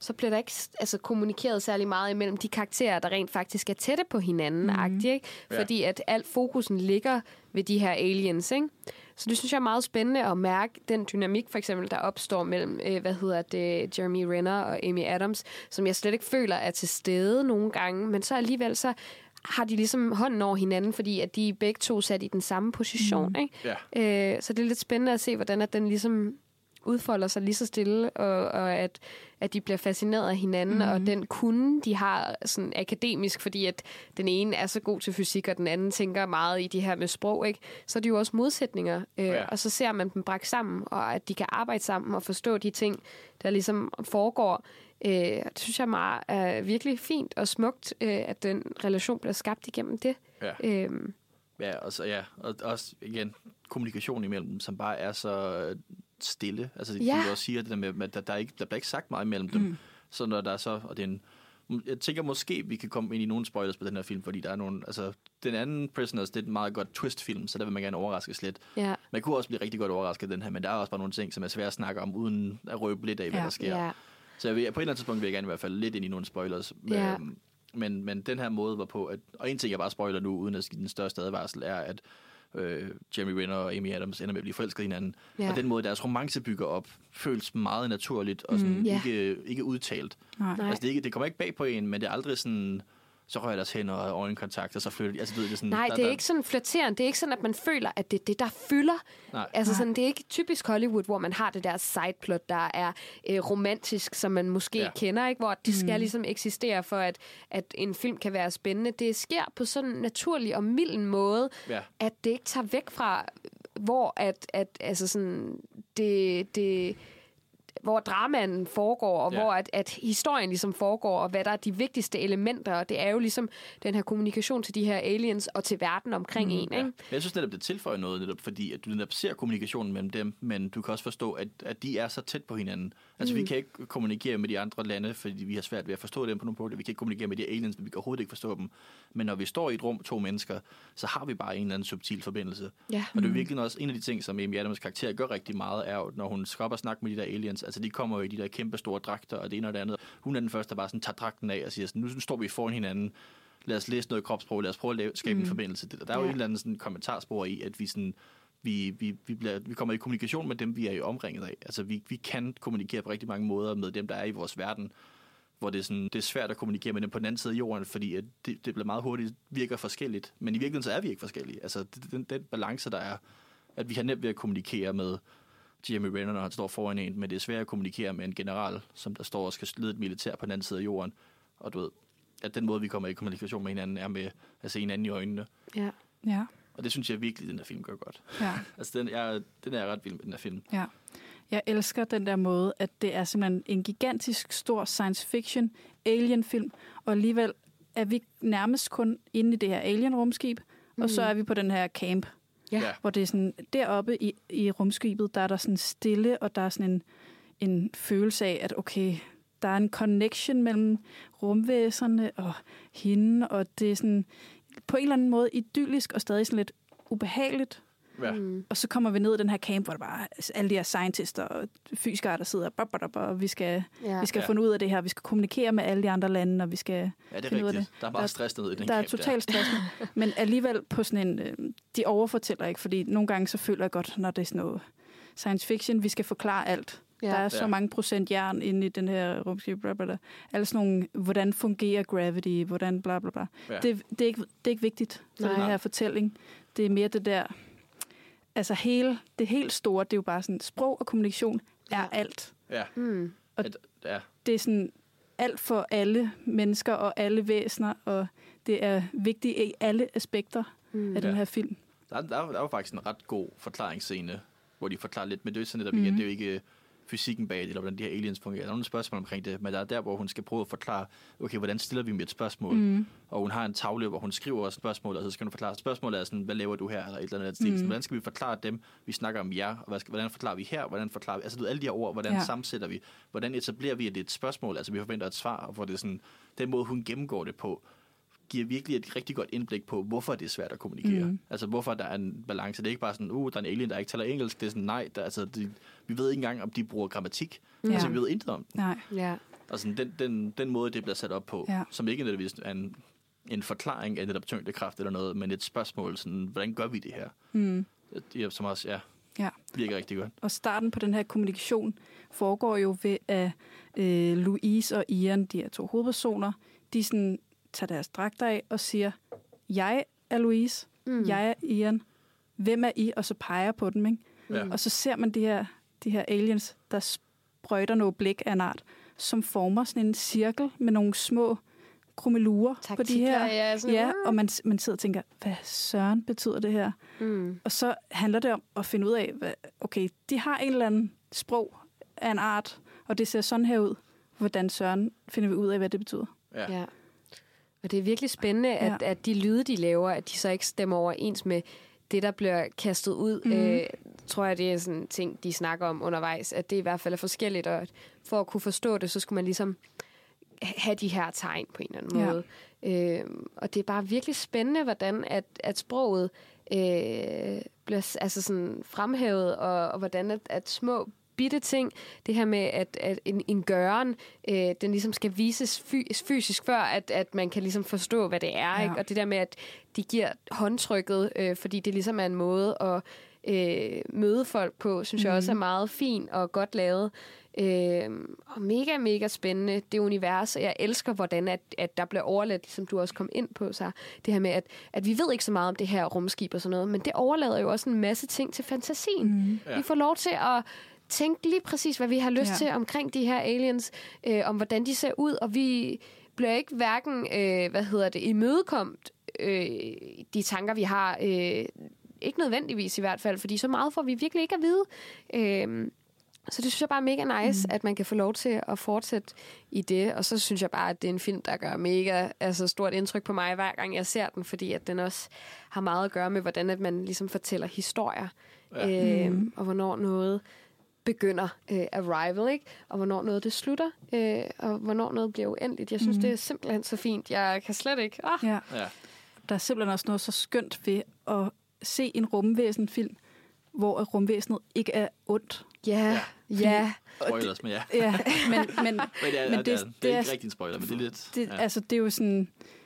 så bliver der ikke altså, kommunikeret særlig meget imellem de karakterer, der rent faktisk er tætte på hinanden, mm. ikke? Fordi at alt fokusen ligger ved de her aliens, ikke? Så det synes jeg er meget spændende at mærke den dynamik, for eksempel, der opstår mellem, øh, hvad hedder det, Jeremy Renner og Amy Adams, som jeg slet ikke føler er til stede nogle gange, men så alligevel så har de ligesom hånden over hinanden, fordi at de begge to sat i den samme position, mm. ikke? Yeah. Øh, så det er lidt spændende at se, hvordan at den ligesom udfolder sig lige så stille, og, og at, at de bliver fascineret af hinanden, mm. og den kunde, de har sådan akademisk, fordi at den ene er så god til fysik, og den anden tænker meget i det her med sprog, ikke? Så er det jo også modsætninger, øh, ja. Og så ser man dem brække sammen, og at de kan arbejde sammen og forstå de ting, der ligesom foregår. Øh, det synes jeg meget er virkelig fint og smukt, øh, at den relation bliver skabt igennem det. Ja. Øh, Ja, og, så, ja, og også igen kommunikation imellem dem, som bare er så stille. Altså, ja. De også siger det der med, at der, der, er ikke, der bliver ikke sagt meget imellem dem. Mm. Så når der er så, og det er en, jeg tænker måske, vi kan komme ind i nogle spoilers på den her film, fordi der er nogle, altså, den anden Prisoners, det er en meget godt twist-film, så der vil man gerne overraskes lidt. Ja. Man kunne også blive rigtig godt overrasket den her, men der er også bare nogle ting, som er svære at snakke om, uden at røbe lidt af, hvad ja. Der sker. Ja. Så jeg vil, på et eller andet tidspunkt vil jeg gerne i hvert fald lidt ind i nogle spoilers. Ja. Øhm, Men, men den her måde var på, at, og en ting, jeg bare spoiler nu, uden at give den største advarsel, er, at øh, Jeremy Renner og Amy Adams ender med at blive forelsket i hinanden. Ja. Og den måde, deres romance bygger op, føles meget naturligt og sådan, mm, yeah. ikke, ikke udtalt. Nej. Altså, det, ikke, det kommer ikke bag på en, men det er aldrig sådan, så rører deres hænder og øjenkontakt, og så flytter de. Altså, det er sådan, Nej, der, det er der, ikke sådan flirterende. Det er ikke sådan, at man føler, at det er det, der fylder. Nej. Altså, sådan, det er ikke typisk Hollywood, hvor man har det der sideplot, der er øh, romantisk, som man måske ja. Kender, ikke? Hvor det skal mm. ligesom eksistere for, at, at en film kan være spændende. Det sker på sådan en naturlig og mild måde, ja. At det ikke tager væk fra, hvor at, at altså sådan, det... det hvor dramaen foregår, og ja. Hvor at, at historien ligesom foregår, og hvad der er de vigtigste elementer, og det er jo ligesom den her kommunikation til de her aliens, og til verden omkring mm, en, ja. Ikke? Jeg synes netop, det tilføjer noget, netop fordi, at du netop ser kommunikationen mellem dem, men du kan også forstå, at, at de er så tæt på hinanden. Altså, mm. vi kan ikke kommunikere med de andre lande, fordi vi har svært ved at forstå dem på nogle punkter. Vi kan ikke kommunikere med de aliens, men vi kan overhovedet ikke forstå dem. Men når vi står i et rum, to mennesker, så har vi bare en eller anden subtil forbindelse. Ja. Og det er virkelig også en af de ting, som Amy Adams karakter gør rigtig meget, er jo, når hun skal op og snakke med de der aliens. Altså, de kommer jo i de der kæmpe store dragter, og det ene og det andet. Hun er den første, der bare sådan tager dragten af og siger sådan, nu står vi foran hinanden, lad os læse noget kropsprog, lad os prøve at lave, skabe mm. en forbindelse. Der er jo ja. En eller anden sådan kommentarspor i, at vi sådan, vi, vi, vi, bliver, vi kommer i kommunikation med dem, vi er jo omringet af. Altså, vi, vi kan kommunikere på rigtig mange måder med dem, der er i vores verden, hvor det er, sådan, det er svært at kommunikere med dem på den anden side af jorden, fordi at det, det bliver meget hurtigt, virker forskelligt. Men i virkeligheden så er vi ikke forskellige. Altså, den, den balance, der er, at vi har nemt ved at kommunikere med Jeremy Renner, når han står foran en, men det er svært at kommunikere med en general, som der står og skal lede et militær på den anden side af jorden. Og du ved, at den måde, vi kommer i kommunikation med hinanden, er med at se hinanden i øjnene. Ja. Ja. Og det synes jeg virkelig, den her film gør godt. Ja. Altså, den er, den er ret vild med den her film. Ja. Jeg elsker den der måde, at det er simpelthen en gigantisk, stor science fiction alien-film, og alligevel er vi nærmest kun inde i det her alien-rumskib, mm. og så er vi på den her camp. Ja. Hvor det er sådan, deroppe i, i rumskibet, der er der sådan stille, og der er sådan en, en følelse af, at okay, der er en connection mellem rumvæserne og hende, og det er sådan på en eller anden måde idyllisk og stadig sådan lidt ubehageligt. Ja. Mm. Og så kommer vi ned i den her camp, hvor der bare er alle de her scientister og fysikere, der sidder og, og vi skal, ja. vi skal ja. finde ud af det her, vi skal kommunikere med alle de andre lande, og vi skal ja, det er finde ud af det. Der er bare stress ned i den der camp. Der er totalt stress. Men alligevel på sådan en, øh, de overfortæller ikke, fordi nogle gange så føler jeg godt, når det er sådan noget science fiction, vi skal forklare alt. Ja. Der er så ja. mange procent jern inde i den her rumskib, bla bla bla. Alle sådan nogle, hvordan fungerer gravity, hvordan bla bla bla. Ja. Det, det, er ikke, det er ikke vigtigt for Nej. den her fortælling. Det er mere det der, altså hele, det helt store, det er jo bare sådan, sprog og kommunikation er alt. Ja. Mm. Og ja. det er sådan alt for alle mennesker og alle væsener, og det er vigtigt i alle aspekter mm. af den ja. her film. Der, der, der var faktisk en ret god forklaringsscene, hvor de forklarer lidt, men det er sådan lidt, mm. igen, det er jo ikke fysikken bag det, eller hvordan de her aliens fungerer. Der er nogle spørgsmål omkring det, men der er der, hvor hun skal prøve at forklare, okay, hvordan stiller vi med et spørgsmål? Mm. Og hun har en tavle, hvor hun skriver også spørgsmål, og så skal hun forklare. Spørgsmålet er sådan, hvad laver du her? Eller et eller andet stil. Mm. Hvordan skal vi forklare dem? Vi snakker om jer, og hvordan forklarer vi her? Hvordan forklarer vi? Altså, du ved, alle de her ord, hvordan ja. sammensætter vi? Hvordan etablerer vi, at det er et spørgsmål? Altså, vi forventer et svar, og hvor det er sådan, den måde, hun gennemgår det på, giver virkelig et rigtig godt indblik på, hvorfor det er svært at kommunikere. Mm. Altså, hvorfor der er en balance. Det er ikke bare sådan, uh, der er en alien, der ikke taler engelsk. Det er sådan, nej, der, altså, de, vi ved ikke engang, om de bruger grammatik. Ja. Altså, vi ved intet om den. Nej. Ja. Og sådan, den, den, den måde, det bliver sat op på, ja. som ikke nødvendigvis er en, en forklaring af netop tyngdekraft eller noget, men et spørgsmål, sådan, hvordan gør vi det her? Mm. Det, som også, ja, ja, virker rigtig godt. Og starten på den her kommunikation foregår jo ved, at øh, Louise og Ian, de her to hovedpersoner, de sådan tager deres dragter af og siger, jeg er Louise, mm. jeg er Ian, hvem er I? Og så peger på dem, ikke? Ja. Og så ser man de her, de her aliens, der sprøjter noget blik af en art, som former sådan en cirkel med nogle små krummelurer på de her. Ja, sådan, ja, og man, man sidder og tænker, hvad søren betyder det her? Mm. Og så handler det om at finde ud af, hvad, okay, de har en eller anden sprog af en art, og det ser sådan her ud. Hvordan søren finder vi ud af, hvad det betyder? Ja. ja. Og det er virkelig spændende, at, ja. at de lyde, de laver, at de så ikke stemmer overens med det, der bliver kastet ud. Mm. Øh, tror jeg, det er sådan ting, de snakker om undervejs, at det i hvert fald er forskelligt, og for at kunne forstå det, så skulle man ligesom have de her tegn på en eller anden måde. Ja. Øh, og det er bare virkelig spændende, hvordan at, at sproget øh, bliver altså sådan fremhævet, og, og hvordan at, at små bitte ting, det her med, at, at en, en gøren, øh, den ligesom skal vises fy- fysisk, før at, at man kan ligesom forstå, hvad det er. Ja. Ikke? Og det der med, at de giver håndtrykket, øh, fordi det ligesom er en måde at øh, møde folk på, synes mm. jeg også er meget fin og godt lavet. Øh, og mega, mega spændende, det univers, og jeg elsker, hvordan at, at der bliver overladt, som du også kom ind på, så det her med, at, at vi ved ikke så meget om det her rumskib og sådan noget, men det overlader jo også en masse ting til fantasien. Mm. Ja. Vi får lov til at tænke lige præcis, hvad vi har lyst ja. til omkring de her aliens, øh, om hvordan de ser ud, og vi bliver ikke hverken, øh, hvad hedder det, imødekomt øh, de tanker, vi har, øh, ikke nødvendigvis i hvert fald, fordi så meget får vi virkelig ikke at vide. Øh, Så det synes jeg bare er mega nice, mm. at man kan få lov til at fortsætte i det. Og så synes jeg bare, at det er en film, der gør mega altså stort indtryk på mig, hver gang jeg ser den, fordi at den også har meget at gøre med, hvordan at man ligesom fortæller historier, ja. øh, mm. og hvornår noget begynder øh, Arrival, ikke? Og hvornår noget det slutter, øh, og hvornår noget bliver uendeligt. Jeg synes, mm. det er simpelthen så fint. Jeg kan slet ikke... Oh. Ja. Ja. Der er simpelthen også noget så skønt ved at se en rumvæsenfilm, hvor rumvæsenet ikke er ondt. Ja, ja. Spoilers, men ja. ja men, men, men det er, men det, det, er, det er ikke rigtig en spoiler, men det er lidt... Det, ja. Altså, det er jo sådan...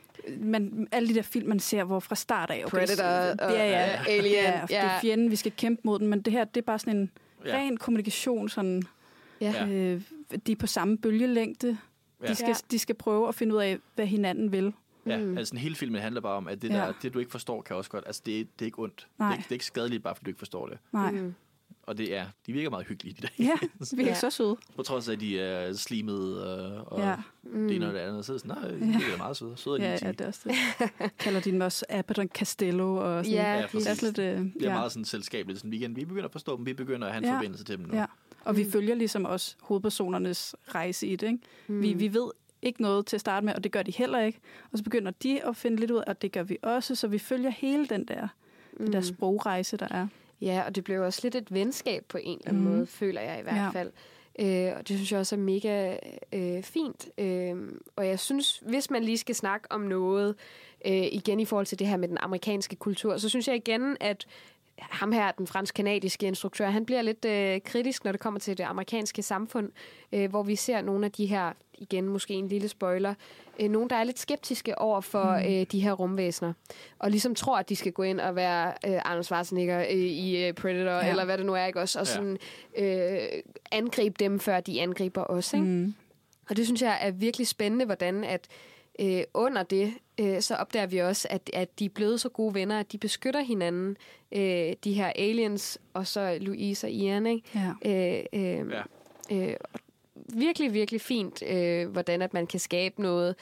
Man, alle de der film, man ser, hvor fra start af... Okay, Predator og det er, ja, Alien. Ja, det er fjenden, vi skal kæmpe mod den, men det her, det er bare sådan en ja. ren kommunikation, sådan... Ja. Øh, de er på samme bølgelængde. Ja. De, skal, de skal prøve at finde ud af, hvad hinanden vil. Ja, mm. altså hele filmen handler bare om, at det, ja. der, det du ikke forstår, kan også godt... Altså, det er, det er ikke ondt. Det er ikke, det er ikke skadeligt, bare fordi du ikke forstår det. Nej. Mm. Og det er, de virker meget hyggelige, de der. Ja, de virker ja. så søde. På trods af, at de er slimede og, og ja. mm. det ene og det andet. Så er det sådan, nej, de virker ja. meget søde. Søde ja, ja, det er også det. Kalder de dem også Abbott og Costello og sådan. Ja, ja præcis. Det er, lidt, øh, det er meget sådan selskabeligt. Sådan, vi, vi begynder at forstå dem, vi begynder at have en ja. forbindelse til dem nu. Ja. Og mm. vi følger ligesom også hovedpersonernes rejse i det. Ikke? Mm. Vi, vi ved ikke noget til at starte med, og det gør de heller ikke. Og så begynder de at finde lidt ud af, og det gør vi også. Så vi følger hele den der, mm. den der sprogrejse, der er. Ja, og det blev også lidt et venskab på en eller anden mm. måde, føler jeg i hvert ja. fald. Øh, og det synes jeg også er mega øh, fint. Øh, og jeg synes, hvis man lige skal snakke om noget, øh, igen i forhold til det her med den amerikanske kultur, så synes jeg igen, at ham her, den fransk-kanadiske instruktør, han bliver lidt øh, kritisk, når det kommer til det amerikanske samfund, øh, hvor vi ser nogle af de her, igen måske en lille spoiler, øh, nogle, der er lidt skeptiske over for mm. øh, de her rumvæsener, og ligesom tror, at de skal gå ind og være øh, Arnold Schwarzenegger øh, i øh, Predator, ja. eller hvad det nu er, ikke også, og sådan øh, angribe dem, før de angriber os, ikke? Mm. Og det synes jeg er virkelig spændende, hvordan at øh, under det, øh, så opdager vi også, at, at de er blevet så gode venner, at de beskytter hinanden, øh, de her aliens, og så Louise og Ian, ikke? Ja. Øh, øh, ja. øh, virkelig, virkelig fint, øh, hvordan at man kan skabe noget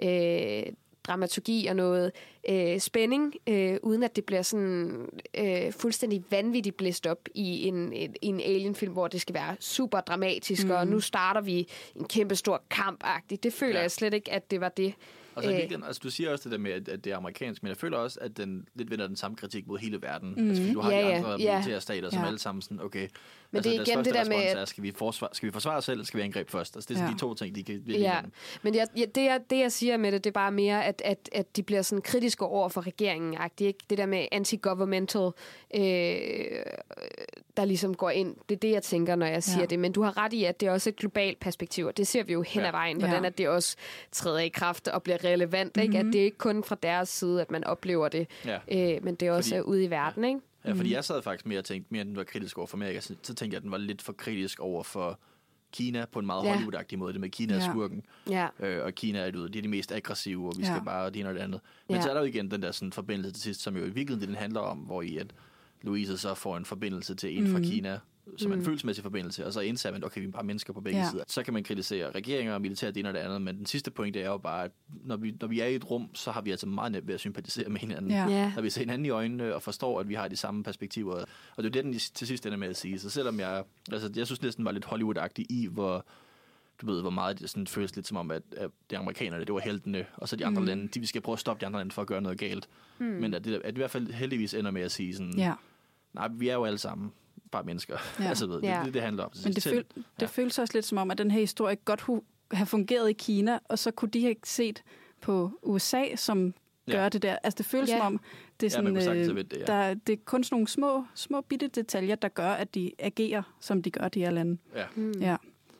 øh, dramaturgi og noget øh, spænding, øh, uden at det bliver sådan øh, fuldstændig vanvittigt blæst op i en, en, en alienfilm, hvor det skal være super dramatisk, mm. og nu starter vi en kæmpe stor kamp-agtigt. Det føler ja. jeg slet ikke, at det var det. Altså, øh, altså, du siger også det der med, at, at det er amerikansk, men jeg føler også, at den lidt vender den samme kritik mod hele verden. Mm. Altså, fordi du har ja, de andre ja, militære stater, som ja. alle sammen sådan, okay, men altså, det er igen det der med... Er, skal, vi forsvare, skal vi forsvare os selv, eller skal vi angribe først? Altså, det er sådan ja. de to ting, de kan virkelig ja. Men jeg, ja, det, jeg, det, jeg siger med det, det er bare mere, at, at, at de bliver sådan kritiske over for regeringen-agtigt, ikke? Det der med anti-governmental, øh, der ligesom går ind. Det er det, jeg tænker, når jeg siger Ja. det. Men du har ret i, at det er også et globalt perspektiv, og det ser vi jo hen ad Ja. vejen, hvordan Ja. at det også træder i kraft og bliver relevant. Mm-hmm. Ikke? At det er ikke kun fra deres side, at man oplever det, Ja. øh, men det er også Fordi- ude i verden, ikke? Ja, fordi jeg sad faktisk mere og tænkte, mere end den var kritisk over for Amerika, så, så tænkte jeg, at den var lidt for kritisk over for Kina på en meget Ja. Hollywood-agtig måde. Det med Kina er Ja. skurken, Ja. øh, og Kina er, du ved, de er de mest aggressive, og vi Ja. skal bare det ene og det andet. Men Ja. så er der jo igen den der sådan, forbindelse til sidst, som jo i virkeligheden den handler om, hvor i at Louise så får en forbindelse til en mm. fra Kina, som er en følelsesmæssig forbindelse, og så indser man, okay, vi er bare mennesker på begge Ja. sider. Så kan man kritisere regeringer og militær, det ene og det andet, men den sidste pointe er jo bare, at når vi, når vi er i et rum, så har vi altså meget nemt ved at sympatisere med hinanden. Ja. Ja. Når vi ser hinanden i øjnene og forstår, at vi har de samme perspektiver. Og det er det, den til sidst ender med at sige. Så selvom jeg, altså jeg synes næsten var lidt Hollywood-agtig i, hvor, du ved, hvor meget det sådan føles lidt som om, at, at de amerikanerne, det var heltene, og så de andre mm. lande, de, vi skal prøve at stoppe de andre lande for at gøre noget galt. Mm. Men at det, at det i hvert fald heldigvis ender med at sige sådan, Ja. nej, vi er jo alle sammen bare mennesker. Ja. altså, ved, Ja. det, det, det handler om. Men det, Selv- føl, det føles også lidt som om, at den her historie godt kunne have fungeret i Kina, og så kunne de have set på U S A, som Ja. gør det der. Altså det føles Ja. som om, det er, Ja, man sådan, kunne sagtens øh, have vendt det, ja. der, det er kun sådan nogle små, små bitte detaljer, der gør, at de agerer, som de gør, de her lande. Ja. Mm. Ja.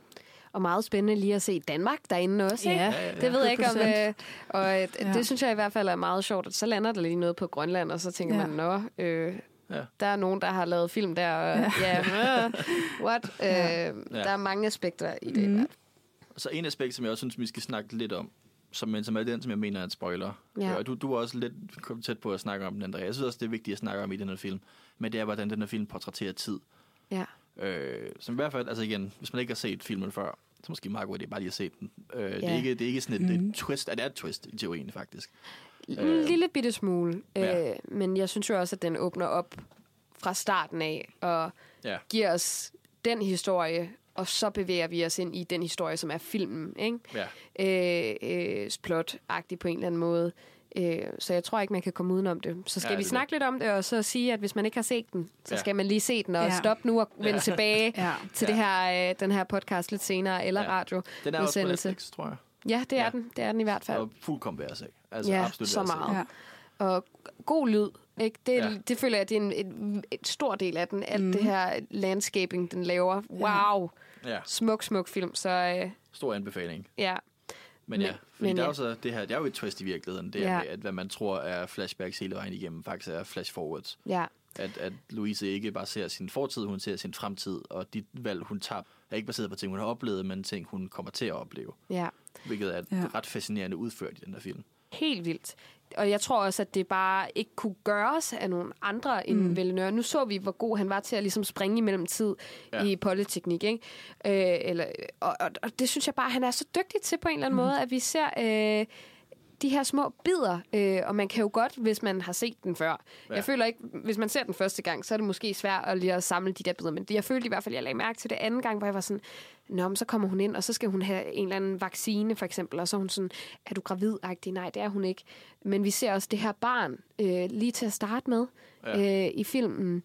Og meget spændende lige at se Danmark derinde også, ikke? Ja, ja, ja. Det ved jeg ikke om... hundrede Øh, og øh, Ja. det synes jeg i hvert fald er meget sjovt, at så lander der lige noget på Grønland, og så tænker Ja. man, nå, øh, Ja. der er nogen, der har lavet film der, og ja, øh, what? Øh, Ja. Der er mange aspekter i det. Mhm. Og så en aspekt, som jeg også synes, vi skal snakke lidt om, som, men som er den, som jeg mener er en spoiler. Ja. Og du, du er også lidt kommet tæt på at snakke om den, Andrea. Jeg synes også, det er vigtigt at snakke om i den her film. Men det er, hvordan den her film portrætterer tid. Ja. Øh, som i hvert fald, altså igen, hvis man ikke har set filmen før, så måske meget godt, det er bare lige at se den. Øh, det, er Ja. ikke, det er ikke sådan et, Mhm. et twist. Ja, det er et twist i teorien, faktisk. En lille bitte smule. Ja. Øh, men jeg synes jo også, at den åbner op fra starten af, og Ja. giver os den historie, og så bevæger vi os ind i den historie, som er filmen, ikke? Ja. Øh, øh, plot-agtig på en eller anden måde. Øh, så jeg tror ikke, man kan komme udenom det. Så skal Ja, vi det er snakke lidt om det, og så sige, at hvis man ikke har set den, så Ja. skal man lige se den, og Ja. stoppe nu og vende Ja. tilbage Ja. til Ja. det her, øh, den her podcast lidt senere, eller Ja. radio. Den er også på udsendelse. Netflix, tror jeg. Ja, det er Ja. den. Det er den i hvert fald. Og fuldkommen værd at se. Altså, Ja, absolut så værd at se. meget. Ja. Og god lyd. Ikke? Det, Ja. det føler jeg, det er en, et, et stor del af den. Alt Mhm. det her landscaping, den laver. Wow. Ja, Smuk, smuk film. Så øh, stor anbefaling. ja. Men ja, Men- fordi men der er ja. jo så det her, det er jo et twist i virkeligheden, det Ja. er med, at hvad man tror er flashbacks hele vejen igennem, faktisk er flash forwards. Ja. At, at Louise ikke bare ser sin fortid, hun ser sin fremtid, og de valg, hun tager, er ikke baseret på ting, hun har oplevet, men ting, hun kommer til at opleve. Ja. Hvilket er Ja. ret fascinerende udført i den der film. Helt vildt. Og jeg tror også, at det bare ikke kunne gøres af nogen andre end mm. Villeneuve. Nu så vi, hvor god han var til at ligesom springe imellem tid Ja. i polyteknik. Ikke? Øh, eller, og, og, og det synes jeg bare, han er så dygtig til på en eller anden mm. måde, at vi ser øh, de her små bidder. Øh, og man kan jo godt, hvis man har set den før. Ja. Jeg føler ikke, hvis man ser den første gang, så er det måske svært at lige at samle de der bidder. Men det, jeg følte i hvert fald, jeg lagde mærke til det anden gang, hvor jeg var sådan, nå, men så kommer hun ind, og så skal hun have en eller anden vaccine, for eksempel, og så er hun sådan, er du gravid-agtig? Nej, det er hun ikke. Men vi ser også det her barn øh, lige til at starte med Ja. øh, i filmen.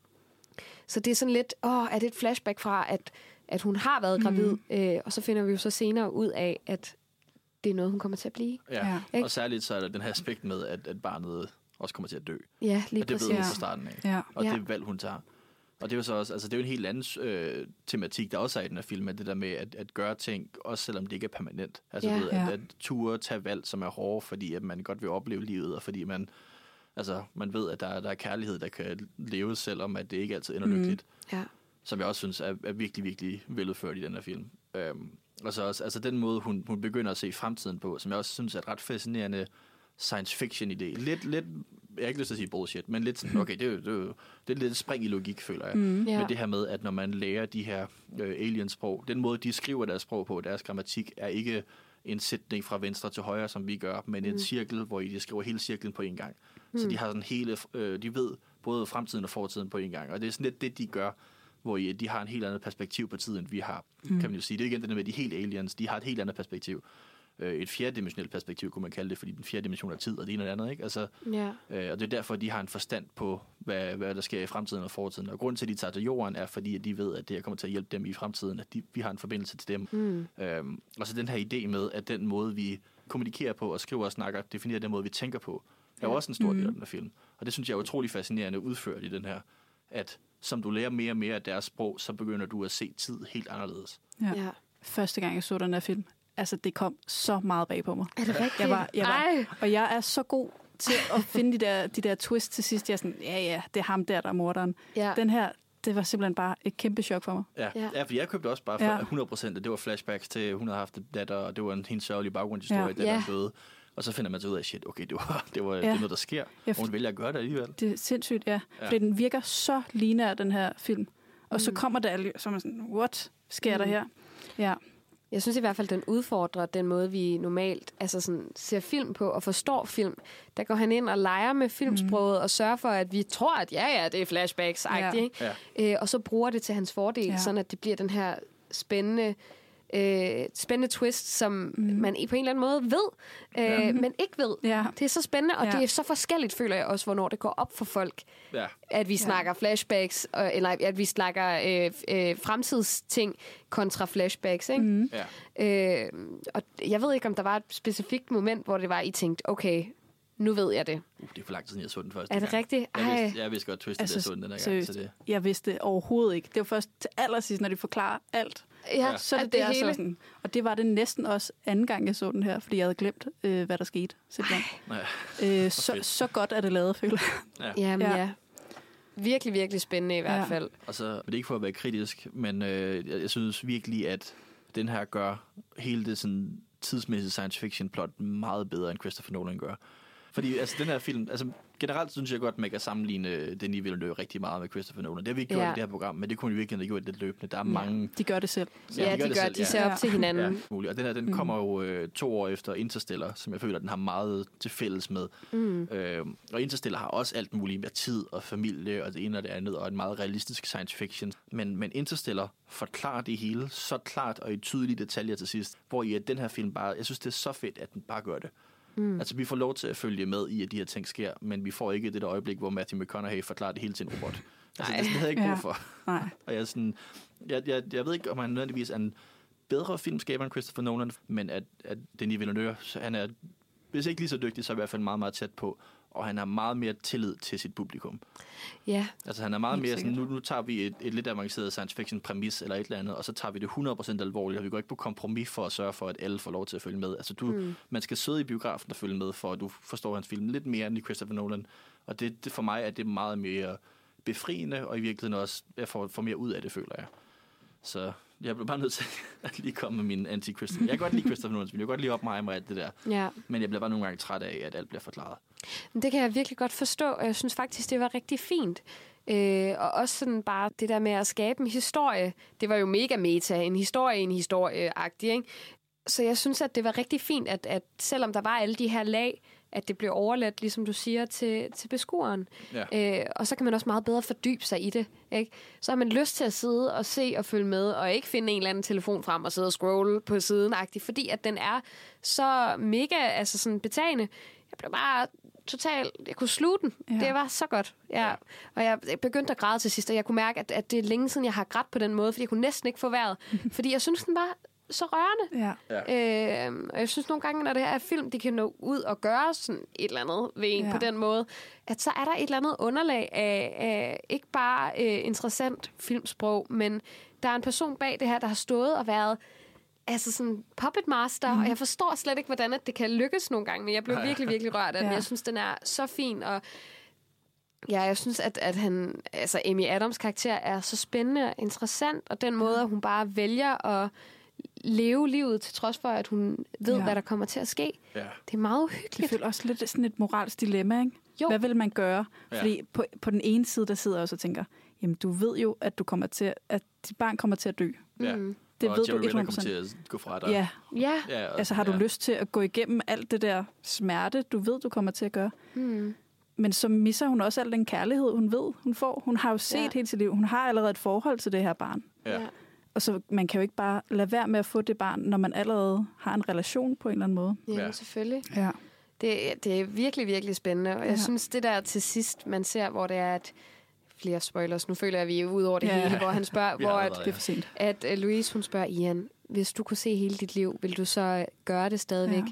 Så det er sådan lidt, åh, er det et flashback fra, at, at hun har været gravid, mm. øh, og så finder vi jo så senere ud af, at det er noget, hun kommer til at blive. Ja. Ja. Og særligt så er der den her aspekt med, at, at barnet også kommer til at dø. Ja, lige Og det præcis. ved hun Ja. fra starten af. Ja. Og Ja. det valg, hun tager. Og det er jo så også, altså det er jo en helt anden øh, tematik, der også er i den her film, at det der med at, at gøre ting, også selvom det ikke er permanent. Altså Ja. ved, Ja. at, at ture tage valg, som er hårde, fordi at man godt vil opleve livet, og fordi man, altså, man ved, at der, der er kærlighed, der kan leves, selvom at det ikke altid ender Mhm. lykkeligt. Ja. Som jeg også synes er, er virkelig, virkelig veludført i den her film. Øhm, og så også, altså den måde, hun, hun begynder at se fremtiden på, som jeg også synes er et ret fascinerende science fiction idé. Lidt, lidt, jeg har ikke lyst til at sige bullshit, men lidt sådan, okay, det er jo, det er, jo, det er lidt et spring i logik, føler jeg. Mm. Ja. Men det her med, at når man lærer de her øh, aliensprog, den måde, de skriver deres sprog på, deres grammatik, er ikke en sætning fra venstre til højre, som vi gør, men en cirkel, hvor de skriver hele cirklen på en gang. Så de har sådan hele, øh, de ved både fremtiden og fortiden på en gang, og det er sådan lidt det, de gør, hvor I, de har en helt andet perspektiv på tiden, end vi har, mm. kan man jo sige. Det er igen det der med de helt aliens, de har et helt andet perspektiv. Øh, et fjerdedimensionelt perspektiv, kunne man kalde det, fordi den fjerde dimension er tid, og det ene og det andet, ikke? Altså, Ja. øh, og det er derfor, de har en forstand på, hvad, hvad der sker i fremtiden og fortiden. Og grunden til, at de tager til jorden, er fordi, at de ved, at det her kommer til at hjælpe dem i fremtiden, at de, vi har en forbindelse til dem. Mm. Øhm, og så den her idé med, at den måde, vi kommunikerer på og skriver og snakker, definerer den måde, vi tænker på, er jo Ja. også en stor del af Mhm. den her film. Og det synes jeg er utrolig fascinerende udført i den her at som du lærer mere og mere af deres sprog, så begynder du at se tid helt anderledes. Ja. Ja. Første gang, jeg så den her film, altså det kom så meget bag på mig. Er det rigtigt? Jeg var, jeg var, Ej. og jeg er så god til at finde de der, de der twists til sidst. Jeg er sådan, ja ja, det er ham der, der er morderen. Ja. Den her, det var simpelthen bare et kæmpe chok for mig. Ja, Ja. ja. for jeg købte også bare for Ja. hundrede procent, at det var flashbacks til, hun havde haft en datter, og det var en helt sørgelig baggrundshistorie, Ja. ja. datter Ja. døde. Og så finder man så ud af, shit, okay, det var, det var Ja. det er noget, der sker. Ja, Og hun vælger at gøre det alligevel. Det er sindssygt, ja. Ja. Fordi den virker så lignende den her film. Og så Mm. kommer der alle, så er man sådan, what sker der Mm. her? Ja. Jeg synes i hvert fald, den udfordrer den måde, vi normalt altså sådan, ser film på og forstår film. Der går han ind og leger med filmsproget mm. og sørger for, at vi tror, at ja, ja, det er flashbacks-agtigt. Ja. Ja. Øh, og så bruger det til hans fordel, Ja. ja. sådan at det bliver den her spændende, øh, spændende twist, som mm. man på en eller anden måde ved, øh, Ja. men ikke ved. Ja. Det er så spændende, og Ja. det er så forskelligt, føler jeg også, hvornår det går op for folk. Ja. At vi snakker ja. flashbacks, øh, eller at vi snakker øh, øh, fremtidsting kontra flashbacks, ikke? Mm. Ja. Øh, og jeg ved ikke, om der var et specifikt moment, hvor det var, I tænkte, okay, nu ved jeg det. Uh, det er for lang tid siden, jeg så den første Er det gang. rigtigt? Jeg Ej. vidste, jeg vidste godt twistet, altså, Altså, jeg så den den her gang. seriøst. Så det, Jeg vidste det overhovedet ikke. Det var først til allersidst, når de forklarer alt. Ja, Ja. Så er det, at det der, hele. så sådan. Og det var det næsten også anden gang, jeg så den her, fordi jeg havde glemt, øh, hvad der skete. ja. Øh, så, fedt. så godt er det lavet, føler jeg. Ja. Jamen Ja. ja. Virkelig, virkelig spændende i hvert Ja. fald. Og så, det er ikke for at være kritisk, men øh, jeg, jeg synes virkelig, at den her gør hele det sådan tidsmæssige science fiction plot meget bedre, end Christopher Nolan gør. Fordi altså, den her film, altså generelt synes jeg godt, man kan sammenligne Denis Villeneuve rigtig meget med Christopher Nolan. Det har vi ikke gjort Ja. i det her program, men det kunne vi virkelig have gjort lidt løbende. Der er Ja. mange... De gør det selv. Ja, de, gør det gør, selv, de ja. ser op Ja. til hinanden. Ja, muligt. Og den her, den Mm. kommer jo øh, to år efter Interstellar, som jeg føler, den har meget til fælles med. Mm. Øh, og Interstellar har også alt muligt med tid og familie og det ene og det andet, og en meget realistisk science fiction. Men, men Interstellar forklarer det hele så klart og i tydelige detaljer til sidst, hvor i at den her film bare, jeg synes, det er så fedt, at den bare gør det. Mm. Altså, vi får lov til at følge med i, at de her ting sker, men vi får ikke det der øjeblik, hvor Matthew McConaughey forklarer det hele til en robot. Altså, det, det havde jeg ikke brug Ja. for. Nej. Og jeg, er sådan, jeg, jeg, jeg ved ikke, om han nødvendigvis er en bedre filmskaber end Christopher Nolan, men at, at Denis Villeneuve, han er, hvis ikke lige så dygtig, så er i hvert fald meget, meget tæt på, og han har meget mere tillid til sit publikum. Ja. Altså han er meget Helt mere sådan, nu, sikkert. nu tager vi et, et lidt avanceret science fiction præmis eller et eller andet, og så tager vi det hundrede procent alvorligt, og vi går ikke på kompromis for at sørge for, at alle får lov til at følge med. Altså du, Mm. man skal sidde i biografen og følge med, for at du forstår hans film lidt mere end i Christopher Nolan. Og det, det for mig er det meget mere befriende, og i virkeligheden også, jeg får, får mere ud af det, føler jeg. Så jeg bliver bare nødt til at lige komme med min anti-Christopher. Jeg kan godt lide Christopher Nolan, jeg kan godt lide op mig og alt det der. Ja. Men jeg bliver bare nogle gange træt af, at alt bliver forklaret. Men det kan jeg virkelig godt forstå, og jeg synes faktisk, det var rigtig fint. Øh, og også sådan bare det der med at skabe en historie. Det var jo mega meta, en historie, en historie-agtig, ikke? Så jeg synes, at det var rigtig fint, at, at selvom der var alle de her lag, at det blev overladt, ligesom du siger, til, til beskueren. Ja. Øh, og så kan man også meget bedre fordybe sig i det. Ikke? Så har man lyst til at sidde og se og følge med, og ikke finde en eller anden telefon frem og sidde og scrolle på siden-agtigt, fordi at den er så mega altså sådan betagende. Jeg blev bare totalt... Jeg kunne sluge den. Ja. Det var så godt. Ja. Ja. Og jeg begyndte at græde til sidst, og jeg kunne mærke, at, at det er længe siden, jeg har grædt på den måde, fordi jeg kunne næsten ikke få vejret. Fordi jeg synes, den var så rørende. Ja. Øh, og jeg synes nogle gange, når det her er film, de kan nå ud og gøre sådan et eller andet ved en Ja. på den måde, at så er der et eller andet underlag af, af ikke bare øh, interessant filmsprog, men der er en person bag det her, der har stået og været altså sådan puppet master, mm. og jeg forstår slet ikke, hvordan at det kan lykkes nogle gange, men jeg blev virkelig, virkelig rørt af den. Ja. Jeg synes, den er så fin, og ja, jeg synes, at, at han, altså Amy Adams karakter er så spændende og interessant, og den måde, at hun bare vælger at leve livet, til trods for, at hun ved, Ja. hvad der kommer til at ske. Ja. Det er meget Det uhyggeligt. føler også lidt sådan et moralsk dilemma, ikke? Jo. Hvad vil man gøre? Ja. Fordi på, på den ene side, der sidder jeg også og tænker, jamen du ved jo, at du kommer til, at dit barn kommer til at dø. Ja. Mm. Det og ved Jerry du Renner hundrede kommer til procent. at gå fra dig. Ja, Ja. Ja, og, altså har du ja. lyst til at gå igennem alt det der smerte, du ved, du kommer til at gøre. Mm. Men så misser hun også al den kærlighed, hun ved, hun får. Hun har jo set Ja. hele sit liv. Hun har allerede et forhold til det her barn. Ja. Ja. Og så man kan jo ikke bare lade være med at få det barn, når man allerede har en relation på en eller anden måde. Jamen, Ja. selvfølgelig. Ja. Det, det er virkelig, virkelig spændende. Og jeg Ja. synes, det der til sidst, man ser, hvor det er, at flere spoilers, nu føler jeg, at vi er ude over det Ja. hele, hvor han spørger, Vi har hvor allerede, at, Det er for sent. at uh, Louise, hun spørger Ian, hvis du kunne se hele dit liv, vil du så gøre det stadigvæk? Ja.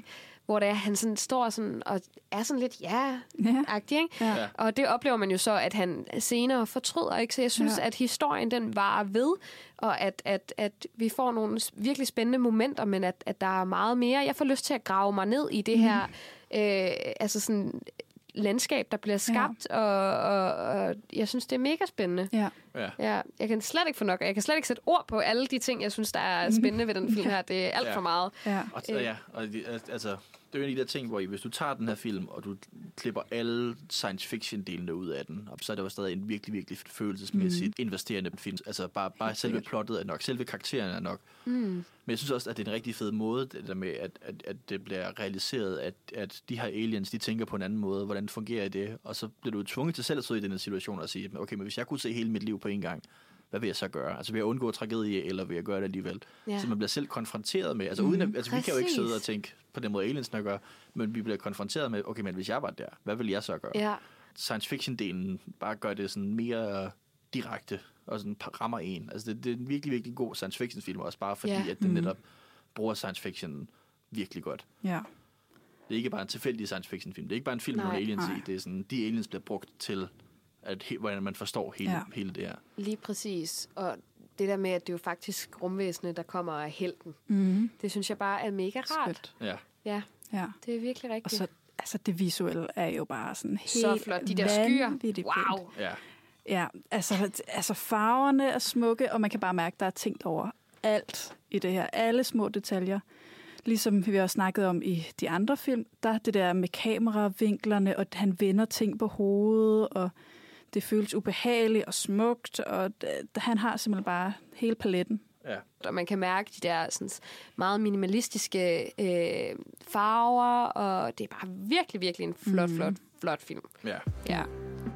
hvor det er, han sådan står sådan og er sådan lidt ja-agtig, ikke? Ja. Ja. Og det oplever man jo så, at han senere fortryder, ikke? Så jeg synes, Ja. at historien, den varer ved, og at, at, at vi får nogle virkelig spændende momenter, men at, at der er meget mere. Jeg får lyst til at grave mig ned i det Mhm. her, øh, altså sådan landskab, der bliver skabt, ja. og, og, og jeg synes, det er mega spændende. Ja. Ja. Ja, jeg kan slet ikke få nok, og jeg kan slet ikke sætte ord på alle de ting, jeg synes, der er spændende ved den film her. Det er alt Ja. for meget. Ja. Og, og ja, og det, altså, det er jo en af de der ting, hvor I, hvis du tager den her film, og du klipper alle science fiction-delene ud af den, så er det jo stadig en virkelig, virkelig følelsesmæssigt mm. investerende film. Altså bare, bare selve plottet er nok, selve karakteren er nok. Mm. Men jeg synes også, at det er en rigtig fed måde, det der med, at, at, at det bliver realiseret, at, at de her aliens, de tænker på en anden måde, hvordan fungerer det, og så bliver du tvunget til selv at stå i den her situation og sige, okay, men hvis jeg kunne se hele mit liv på en gang, hvad vil jeg så gøre? Altså vil jeg undgå tragedie, eller vil jeg gøre det alligevel? Ja. Så man bliver selv konfronteret med, altså, uden at, altså vi kan jo ikke sidde og tænke på den måde aliens gør, men vi bliver konfronteret med, okay, men hvis jeg var der, hvad vil jeg så gøre? Ja. Science fiction-delen bare gør det sådan mere direkte, og sådan rammer en. Altså det, det er en virkelig, virkelig god science fiction-film, også bare fordi, Ja. at den netop bruger science fiction virkelig godt. Ja. Det er ikke bare en tilfældig science fiction-film. Det er ikke bare en film med Nej. aliens Nej. i. Det er sådan, de aliens bliver brugt til, at, he, hvordan man forstår hele, Ja. hele det her. Lige præcis. Og det der med, at det er jo faktisk rumvæsenet, der kommer af helten. Mm. Det synes jeg bare er mega rart. Skønt. Ja. Ja, Ja. det er virkelig Og rigtigt. så, altså det visuelle er jo bare sådan helt Så flot. De der skyer. vanvittigt Wow. pænt. Ja. Ja, altså, altså farverne er smukke, og man kan bare mærke, at der er tænkt over alt i det her. Alle små detaljer. Ligesom vi også snakket om i de andre film, der er det der med kameravinklerne, og han vender ting på hovedet, og det føles ubehageligt og smukt, og d- han har simpelthen bare hele paletten. Ja. Og man kan mærke de der sådan, meget minimalistiske øh, farver, og det er bare virkelig, virkelig en flot, mm. flot, flot film. Ja. Ja.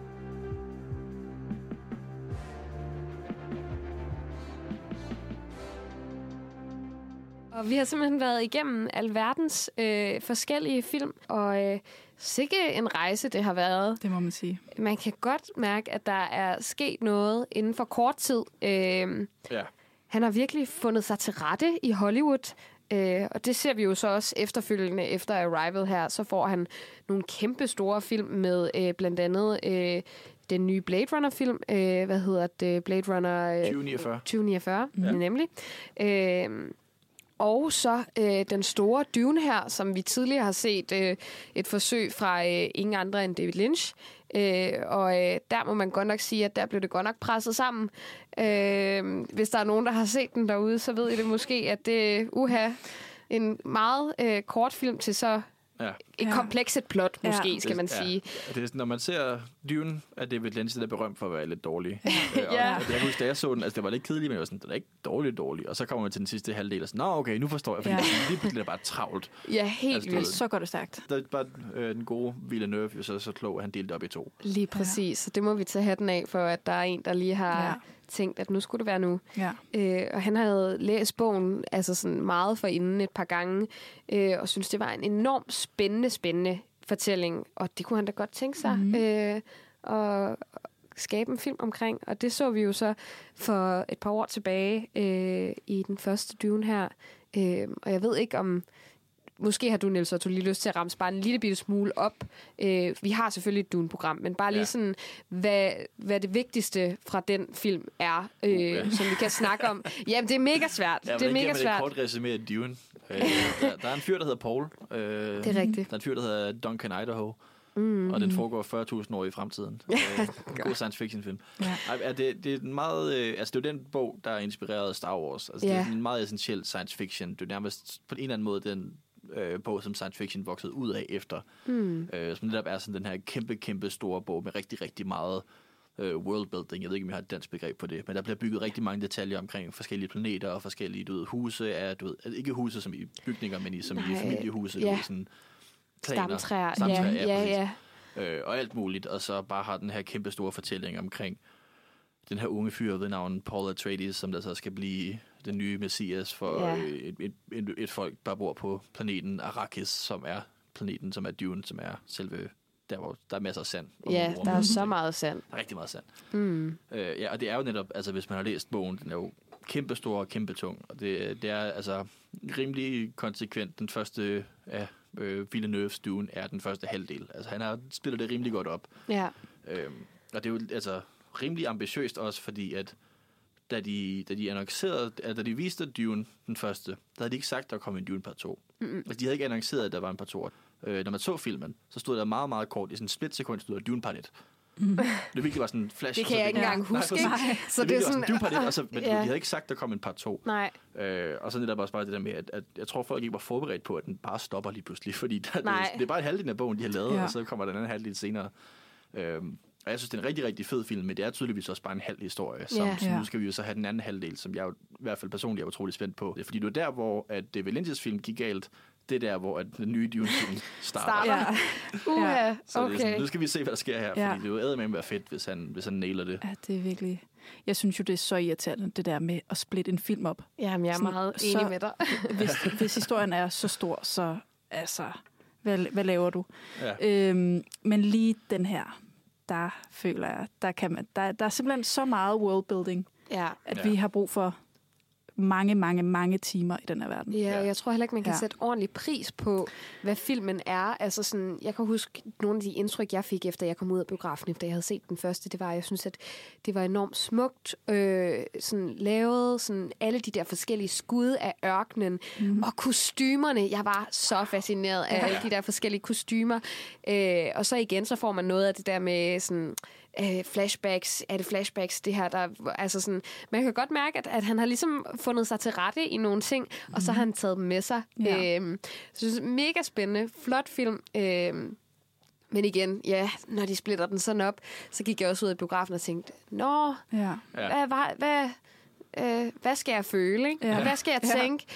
Og vi har simpelthen været igennem alverdens øh, forskellige film, og øh, sikke en rejse det har været. Det må man sige. Man kan godt mærke, at der er sket noget inden for kort tid. Øh, Ja. han har virkelig fundet sig til rette i Hollywood, øh, og det ser vi jo så også efterfølgende efter Arrival her. Så får han nogle kæmpe store film med øh, blandt andet øh, den nye Blade Runner-film. Øh, hvad hedder det? Blade Runner øh, tyve niogfyrre. tyve niogfyrre, Ja. nemlig. Øh, og så øh, den store Dune her, som vi tidligere har set øh, et forsøg fra øh, ingen andre end David Lynch. Øh, og øh, der må man godt nok sige, at der blev det godt nok presset sammen. Øh, hvis der er nogen, der har set den derude, så ved I det måske, at det er uha, en meget øh, kort film til så Ja. et Ja. komplekst plot, måske, Ja. skal man Det- sige. Ja. Det er sådan, når man ser Dune, er David Lynch, der er berømt for at være lidt dårlig. Øh, og Ja. Jeg kan huske, da jeg så den, altså det var lidt kedeligt, men jeg var sådan, den er ikke dårlig dårlig. Og så kommer man til den sidste halvdel og sådan, nå okay, nu forstår jeg, fordi Ja. ja. lige pludselig er det bare travlt. Ja, helt Altså, vildt. Så går det stærkt. Der er bare øh, den gode Villeneuve, jo så så klog, at han delte op i to. Lige præcis. Så det må vi tage hatten af for, at der er en, der lige har Ja. ja. tænkt, at nu skulle det være nu. Ja. Øh, og han havde læst bogen altså sådan meget for inden et par gange, øh, og synes det var en enormt spændende, spændende fortælling. Og det kunne han da godt tænke sig Mhm. øh, at skabe en film omkring. Og det så vi jo så for et par år tilbage øh, i den første Dune her. Øh, og jeg ved ikke om... Måske har du, Niels, og du lige lyst til at ramse bare en lille bitte smule op. Øh, vi har selvfølgelig et Dune-program, men bare lige Ja. sådan, hvad, hvad det vigtigste fra den film er, øh, Ja. som vi kan snakke om. Jamen, det er mega svært. Ja, det er mega et svært. kort resumé af Dune. Øh, der, der er en fyr, der hedder Paul. Øh, Det er rigtigt. Der er en fyr, der hedder Duncan Idaho. Mm. Og den foregår fyrre tusind år i fremtiden. Øh, en god science fiction film. Ja. Ej, er det, det er en meget, øh, altså det er jo den bog, der er inspireret af Star Wars. Altså Ja. det er sådan en meget essentiel science fiction. Det er nærmest på en eller anden måde den øh, bog, som science fiction voksede ud af efter. Mm. Øh, som netop er sådan den her kæmpe, kæmpe store bog med rigtig, rigtig meget øh, worldbuilding. Jeg ved ikke, om jeg har et dansk begreb på det, men der bliver bygget rigtig mange detaljer omkring forskellige planeter og forskellige, du ved, huse er, du ved, altså ikke huse som i bygninger, men i, som Nej, i familiehuse, ja. du ved, sådan planer. Stamtræer. Stamtræer, Ja, ja, ja, præcis. ja. Øh, og alt muligt, og så bare har den her kæmpe store fortælling omkring den her unge fyr ved navn Paul Atreides, som der så skal blive den nye messias for Ja. øh, et, et, et, et folk, der bor på planeten Arrakis, som er planeten, som er Dune, som er selve der, hvor der er masser af sand. og Ja, nogle der er orme. så meget sand. Der er rigtig meget sand. Mm. Øh, ja, og det er jo netop, altså hvis man har læst bogen, den er jo kæmpe stor og kæmpe tung, og det, det er altså rimelig konsekvent den første af øh, Villeneuve's Dune er den første halvdel. Altså, han har spillet det rimelig godt op. Ja. Øhm, og det er jo altså rimelig ambitiøst også, fordi at da de, da de annoncerede, altså, da de viste Dune den første, der havde de ikke sagt, at der kom en Dune part to. Mm-hmm. Altså, de havde ikke annonceret, at der var en part to. Øh, når man så filmen, så stod der meget, meget kort, i sådan en split-sekund, stod der Dune part et. Mm. Det virkelig var sådan en flash. Det kan jeg ikke engang huske. Nej, ikke? Så det, det er sådan, Dune part et, og så, men ja. de havde ikke sagt, at der kom en part to. Nej. Øh, og så er det der bare det der med, at, at jeg tror, folk ikke var forberedt på, at den bare stopper lige pludselig, fordi der, det, det er bare en halvdel af bogen, de har lavet, ja. og så kommer der en anden halvdel senere. Øh, Og jeg synes, det er en rigtig, rigtig fed film, men det er tydeligvis også bare en halv historie. Som, yeah. Så nu skal vi jo så have den anden halvdel, som jeg jo, i hvert fald personligt er utrolig spændt på. Fordi det er der, hvor at David Lynch's film gik galt. Det er der, hvor at den nye Dune-film starter. starter. Ja. Ja. Uh, så okay. det er sådan, nu skal vi se, hvad der sker her, Ja. fordi det er jo eddermame være fedt, hvis han, hvis han nailer det. Ja, det er virkelig... Jeg synes jo, det er så irriterende, det der med at splitte en film op. Jamen, jeg er Sådan, meget enig så- med dig. Hvis, hvis historien er så stor, så altså... Hvad, hvad laver du? Ja. Øhm, men lige den her, der føler jeg, der, kan man, der, der er simpelthen så meget worldbuilding, Ja. at Ja. vi har brug for mange, mange, mange timer i den her verden. Ja, og jeg tror heller ikke, man kan Ja. sætte ordentlig pris på, hvad filmen er. Altså sådan, jeg kan huske nogle af de indtryk, jeg fik, efter jeg kom ud af biografen, efter jeg havde set den første, det var, jeg synes, at det var enormt smukt, øh, sådan lavet, sådan alle de der forskellige skud af ørkenen, mm. og kostymerne. Jeg var så fascineret af Ja. alle de der forskellige kostymer. Øh, og så igen, så får man noget af det der med sådan... Øh, flashbacks, er det flashbacks, det her, der, altså sådan, man kan godt mærke, at, at han har ligesom fundet sig til rette i nogle ting, mm. og så har han taget dem med sig. Ja. Øhm, så jeg synes, mega spændende, flot film, øhm, men igen, ja, når de splitter den sådan op, så gik jeg også ud af biografen og tænkte, nå, Ja. Ja. hvad, hvad, hvad, øh, hvad skal jeg føle, ikke? Ja. Hvad skal jeg Ja. tænke?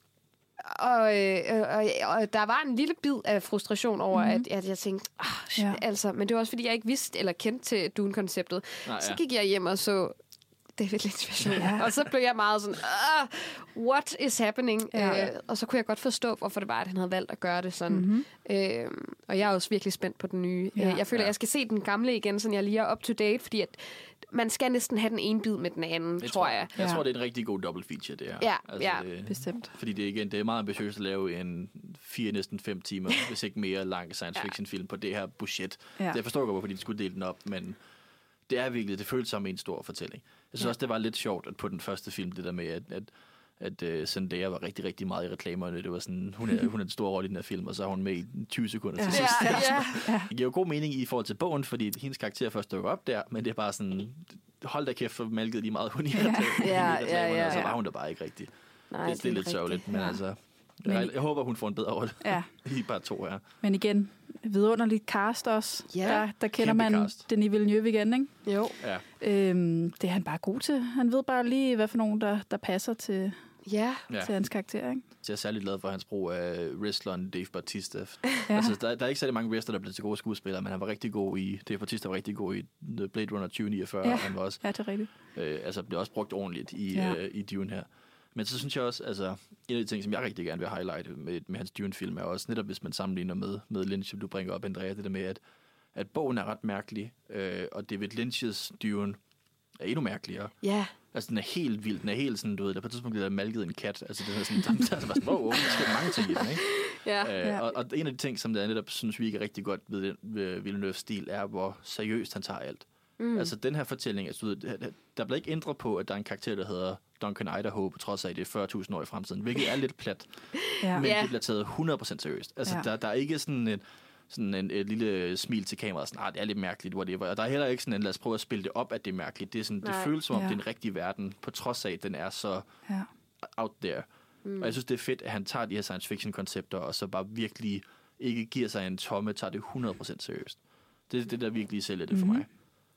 Og, øh, og, og der var en lille bid af frustration over, Mhm. mm-hmm. at, at jeg tænkte, ah, shit, Ja. altså, men det var også, fordi jeg ikke vidste eller kendte til Dune-konceptet. Nej, Så ja. gik jeg hjem og så David Lynch version. Ja. Og så blev jeg meget sådan, ah, what is happening? Ja. Øh, og så kunne jeg godt forstå, hvorfor det var, at han havde valgt at gøre det sådan. Mm-hmm. Øh, og jeg er også virkelig spændt på den nye. Ja. Øh, jeg føler, Ja. jeg skal se den gamle igen, så jeg lige er up to date, fordi at man skal næsten have den ene bid med den anden, Det tror jeg. Jeg Ja. tror, det er en rigtig god double feature, det her. Ja, altså, ja. det, Bestemt. Fordi det, igen, det er meget ambitiøst at lave en fire, næsten fem timer, hvis ikke mere lang science fiction film på det her budget. Ja. Det jeg forstår jeg godt, hvorfor de skulle dele den op, men det er virkelig, det føles som en stor fortælling. Jeg synes Ja. også, det var lidt sjovt, at på den første film, det der med, at, at, at uh, Zendaya var rigtig, rigtig meget i reklamerne. Det var sådan, hun er, hun er en stor rolle i den her film, og så er hun med i tyve sekunder til Ja. sidst. Ja, ja. Det giver jo god mening i forhold til bogen, fordi hendes karakter først dukker op der, men det er bare sådan, hold da kæft, for malket de meget hun i Ja. reklamerne, Ja, ja, ja, og så ja. var hun der bare ikke rigtig. Nej, det, det er lidt rigtigt. sørgeligt, men Ja. altså, Men- jeg, jeg håber, hun får en bedre rolle Ja. i part to her. Men igen, vidunderligt cast også. Ja. Der, der kender Kæmpe man cast. Denis Villeneuve igen, ikke? Jo. Ja. Øhm, det er han bare god til. Han ved bare lige, hvad for nogen, der, der passer til, Ja. Ja. til hans karakter, ikke? Så jeg er særlig glad for hans brug af wrestleren Dave Bautista. Ja. Altså, der, der er ikke særlig mange wrestler, der bliver til gode skuespillere, men han var rigtig god i, Dave Bautista var rigtig god i The Blade Runner tyve niogfyrre, Ja. og han var også, Ja, det er rigtigt. øh, altså, blev også brugt ordentligt i, Ja. øh, i Dune her. Men så synes jeg også, altså, en af de ting, som jeg rigtig gerne vil highlighte med, med hans Dune-film, er også netop, hvis man sammenligner med, med Lynch, som du bringer op, Andrea, det der med, at, at bogen er ret mærkelig, øh, og David Lynch's Dune er endnu mærkeligere. Ja. Altså, den er helt vild. Den er helt sådan, du ved, der på et tidspunkt bliver der malket en kat. Altså, den er sådan, der, der er bare sådan, wow, wow, der sker mange ting i den, ikke? Ja. Øh, Ja. og, og en af de ting, som der netop synes vi ikke er rigtig godt ved, den, ved Villeneuve's stil, er, hvor seriøst han tager alt. Mm. Altså, den her fortælling, altså, du ved, der bliver ikke ændret på, at der er en karakter, der hedder Duncan Idaho, på trods af, at det er fyrre tusind år i fremtiden, hvilket er lidt plat, Ja. men Ja. det bliver taget hundrede procent seriøst. Altså, Ja. der, der er ikke sådan en, sådan en, et lille smil til kameraet, sådan, ah, det er lidt mærkeligt, whatever. Og der er heller ikke sådan en, lad os prøve at spille det op, at det er mærkeligt. Det, er sådan, det Nej. føles som om, Ja. det er en rigtig verden, på trods af, at den er så Ja. out there. Mm. Og jeg synes, det er fedt, at han tager de her science fiction koncepter, og så bare virkelig ikke giver sig en tomme, tager det hundrede procent seriøst. Det er det, der virkelig sælger det for Mhm. mig.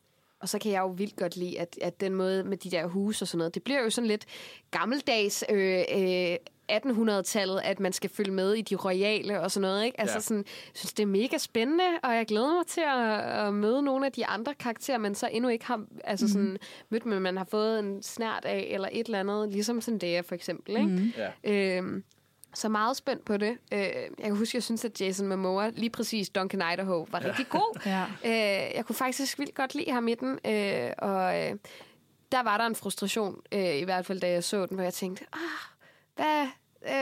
Og så kan jeg jo vildt godt lide, at, at den måde med de der huse og sådan noget, det bliver jo sådan lidt gammeldags øh, øh, attenhundredetallet, at man skal følge med i de royale og sådan noget, ikke? Altså Ja. sådan, jeg synes, det er mega spændende, og jeg glæder mig til at, at møde nogle af de andre karakterer, man så endnu ikke har altså mm. sådan, mødt, men man har fået en snert af, eller et eller andet, ligesom Zendaya for eksempel, ikke? Mm. Ja. Øhm, så meget spændt på det. Øh, jeg kan huske, jeg synes, at Jason Momoa, lige præcis Duncan Idaho, var ja. rigtig god. Ja. Øh, jeg kunne faktisk vildt godt lide ham i den, øh, og øh, der var der en frustration, øh, i hvert fald da jeg så den, hvor jeg tænkte, ah, hvad, øh,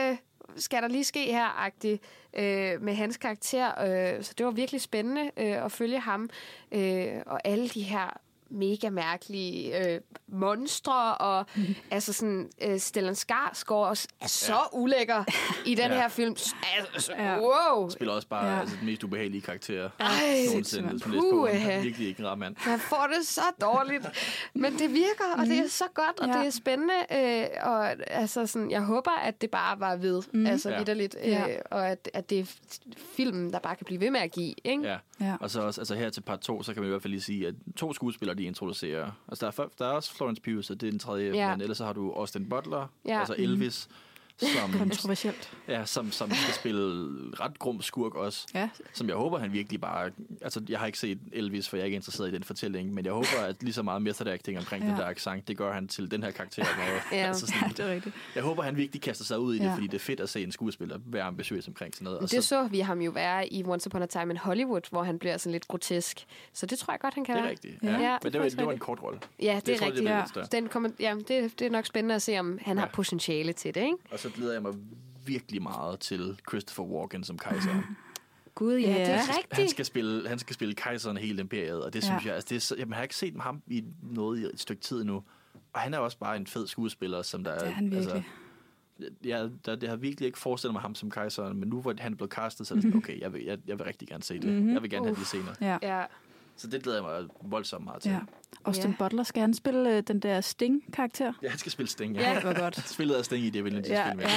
skal der lige ske her-agtigt øh, med hans karakter. Øh, så det var virkelig spændende øh, at følge ham. Øh, og alle de her mega mærkelige øh, monstre, og mm. altså sådan, øh, Stellan Skarsgård er så ja. ulækker i den ja. her film. Altså, ja. wow! Spiller også bare ja. altså, den mest ubehagelige karakter Ej, nogensinde. Hvis man læser på, han er virkelig ikke en rar mand. Man får det så dårligt, men det virker, og mm. det er så godt, og ja. det er spændende, øh, og altså sådan, jeg håber, at det bare var ved, mm. altså ja. vitterligt, øh, ja. og at, at det er filmen, der bare kan blive ved med at give, ikke? Ja. ja, og så også, altså her til part to, så kan man i hvert fald lige sige, at to skuespillere, de introducerer. Altså, der er, der er også Florence Pugh, så det er den tredje, ja. men ellers så har du Austin Butler, ja. altså Elvis, som, kontroversielt. Ja, som, som skal spille ret grum skurk også. Ja. Som jeg håber, han virkelig bare... Altså, jeg har ikke set Elvis, for jeg er ikke interesseret i den fortælling, men jeg håber, at lige så meget method acting omkring ja. den der accent, det gør han til den her karakter. ja. altså sådan, ja, det er rigtigt. Jeg håber, han virkelig kaster sig ud i det, ja. fordi det er fedt at se en skuespiller være ambitiøs omkring sådan noget. Og det så, så vi ham jo være i Once Upon a Time in Hollywood, hvor han bliver sådan lidt grotesk. Så det tror jeg godt, han kan være. være. Det er rigtigt. Ja. Ja, men det, var, det var en kort rolle. Ja, det, det er tror, rigtigt. Det er, ja. Den kommer, ja, det, det er nok spændende at se, om han ja. har potentiale til det, ikke? Og så glæder jeg mig virkelig meget til Christopher Walken som kejseren. Gud, ja, yeah. det er rigtigt. Han skal spille, han skal spille kejseren hele imperiet, og det synes ja. jeg, altså det er så, jamen, jeg har ikke set ham i noget i et stykke tid nu, og han er også bare en fed skuespiller, som der det er han virkelig. Altså, jeg, der, det har virkelig ikke forestillet mig ham som kejseren, men nu hvor han er blevet castet, så er det sådan, okay, jeg vil, jeg, jeg vil rigtig gerne se det. Mm-hmm. Jeg vil gerne uh. have de scener. Ja. ja. Så det glæder jeg mig voldsomt meget til. Ja. Austin yeah. Butler, skal han spille øh, den der Sting-karakter? Ja, han skal spille Sting, ja. Ja, det var godt. Spillet af Sting i det, vil jeg ja, spille med.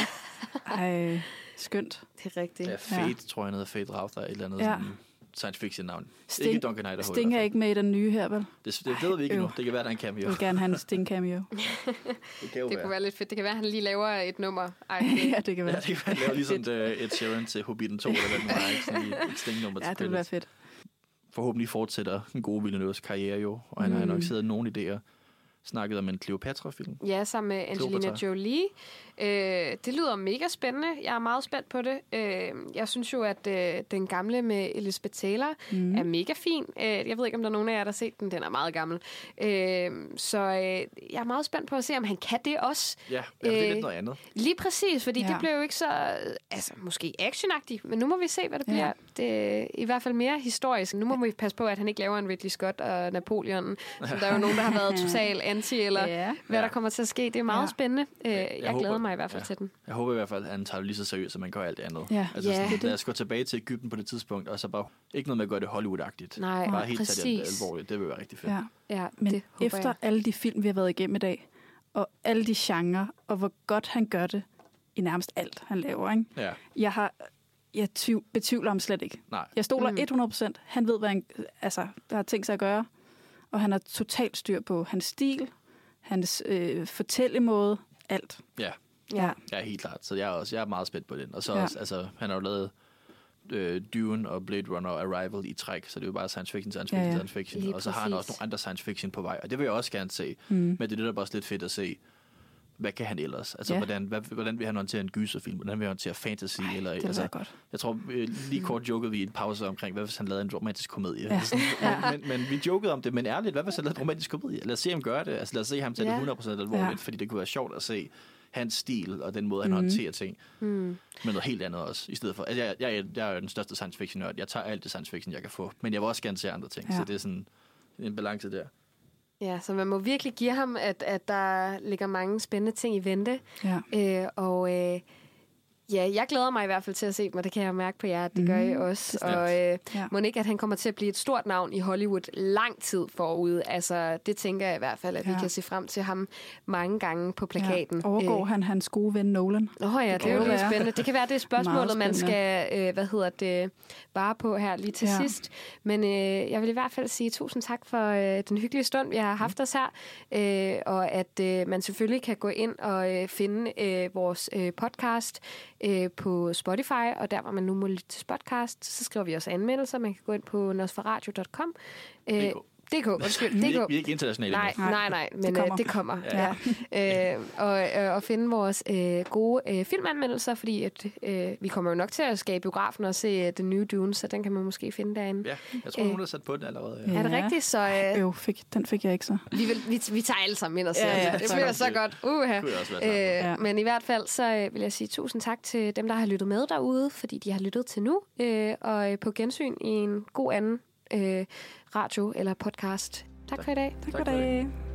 Ja. Ej, skønt. Det er rigtigt. Ja, Fate, ja. tror jeg, noget Fate Rauter, et eller andet ja. science fiction navn. Sting, ikke Duncan Idaho. Sting er ikke med i den nye her, vel? Det, det ved vi ikke nu. Det kan være, der er en cameo. Jeg vil gerne have en Sting-cameo. det kan det være. kunne være lidt fedt. Det kan være, at han lige laver et nummer. Ej, ja, det kan være. Ja, det kan være, at lave ligesom uh, Ed Sheeran til Hobbiten to, eller hvad det nu er, ikke? Sådan et Sting-nummer. Ja, det vil være fedt. Forhåbentlig fortsætter den gode Villeneuves karriere jo, og han mm. har annonceret nogle idéer. Snakket om en Cleopatra-film. Ja, sammen med Angelina Cleopatra. Jolie. Øh, det lyder mega spændende. Jeg er meget spændt på det. Øh, jeg synes jo, at øh, den gamle med Elizabeth Taylor mm. er mega fin. Øh, jeg ved ikke, om der er nogen af jer, der har set den. Den er meget gammel. Øh, så øh, jeg er meget spændt på at se, om han kan det også. Ja, ja det er lidt noget andet. Lige præcis, fordi ja. det blev jo ikke så... Altså, måske actionagtigt, men nu må vi se, hvad det ja. bliver. Det er i hvert fald mere historisk. Nu må vi passe på, at han ikke laver en Ridley Scott og Napoleon, som der er jo nogen, der har været totalt anti, eller ja. hvad ja. der kommer til at ske. Det er meget ja. spændende. Øh, jeg jeg håber, glæder mig i hvert fald ja. til den. Jeg håber i hvert fald, at han tager det lige så seriøst, som man gør alt det andet. Ja. Altså, ja. sådan, lad os gå tilbage til Egypten på det tidspunkt, og så bare ikke noget med at gøre det Hollywood-agtigt. Nej, bare helt præcis. tage det alvorligt. Det vil være rigtig fedt. Ja. Ja, men det efter jeg. alle de film, vi har været igennem i dag, og alle de genrer, og hvor godt han gør det i nærmest alt, han laver, ikke? Ja. Jeg har... Jeg tvivl, betvivler ham slet ikke. Nej. Jeg stoler mm. hundrede procent. Han ved, hvad han altså, der har tænkt sig at gøre. Og han har totalt styr på hans stil, hans øh, fortællemåde, alt. Ja. ja, ja, helt klart. Så jeg er også jeg er meget spændt på den. Og så ja. også, altså, han har jo lavet øh, Dune og Blade Runner og Arrival i træk, så det er jo bare science fiction, science fiction, ja, ja. science fiction. Lige og så præcis. har han også nogle andre science fiction på vej, og det vil jeg også gerne se. Mm. Men det er det, der bare også lidt fedt at se. Hvad kan han ellers? Altså, ja. hvordan, hvad, hvordan vil han håndtere en gyserfilm? Hvordan vil han håndtere fantasy? Ej, eller, det altså, godt. Jeg tror, lige kort jokede vi i en pause omkring, hvad hvis han lavede en romantisk komedie? Ja. Altså, ja. men, men vi jokede om det, men ærligt, hvad hvis han lavede en romantisk komedie? Lad os se ham gøre det. Altså, lad os se ham tage ja. det hundrede procent alvorligt, ja. fordi det kunne være sjovt at se hans stil og den måde, han mm. håndterer ting. Mm. Men noget helt andet også, i stedet for. Altså, jeg, jeg, jeg er jo den største science fiction nørd. Jeg tager alt det science fiction, jeg kan få. Men jeg vil også gerne se andre ting, ja. så det er sådan en balance der. Ja, så man må virkelig give ham, at, at der ligger mange spændende ting i vente. Ja. Øh, og øh, ja, jeg glæder mig i hvert fald til at se dem, og det kan jeg mærke på jer, at det mm. gør I også. Og øh, ja. må ikke, at han kommer til at blive et stort navn i Hollywood lang tid forud. Altså, det tænker jeg i hvert fald, at ja. vi kan se frem til ham mange gange på plakaten. Ja. Overgår øh. han hans gode ven Nolan? Åh oh, ja, det, det er jo lidt spændende. Det kan være, det er spørgsmålet, man skal, øh, hvad hedder det, vare på her lige til ja. sidst. Men øh, jeg vil i hvert fald sige tusind tak for øh, den hyggelige stund, vi har haft os her. Øh, og at øh, man selvfølgelig kan gå ind og øh, finde øh, vores øh, podcast øh, på Spotify, og der hvor man nu må lytte til podcast, så skriver vi også anmeldelser. Man kan gå ind på nosferadio punktum com. Øh, D K, undskyld, Vi er, D ikke, K. vi er ikke internationale. Nej, endnu. nej, nej, men det kommer. Øh, det kommer. Ja. Ja. øh, og, øh, og finde vores øh, gode øh, filmanmeldelser, fordi at, øh, vi kommer jo nok til at skabe biografen og se uh, den nye Dune, så den kan man måske finde derinde. Ja, jeg tror, Øh. nogen har sat på den allerede. Ja. Er det Ja. rigtigt? Så øh, Jo, fik, den fik jeg ikke så. vi, vil, vi, vi tager alle sammen ind og ser Ja, ja, det. Det så bliver godt. så godt. Uha. Det kunne jeg også være Øh, sammen. Ja. Men i hvert fald, så øh, vil jeg sige tusind tak til dem, der har lyttet med derude, fordi de har lyttet til nu, øh, og øh, på gensyn i en god anden øh, radio eller podcast. Tak for i dag. Tak Tak for for det. det.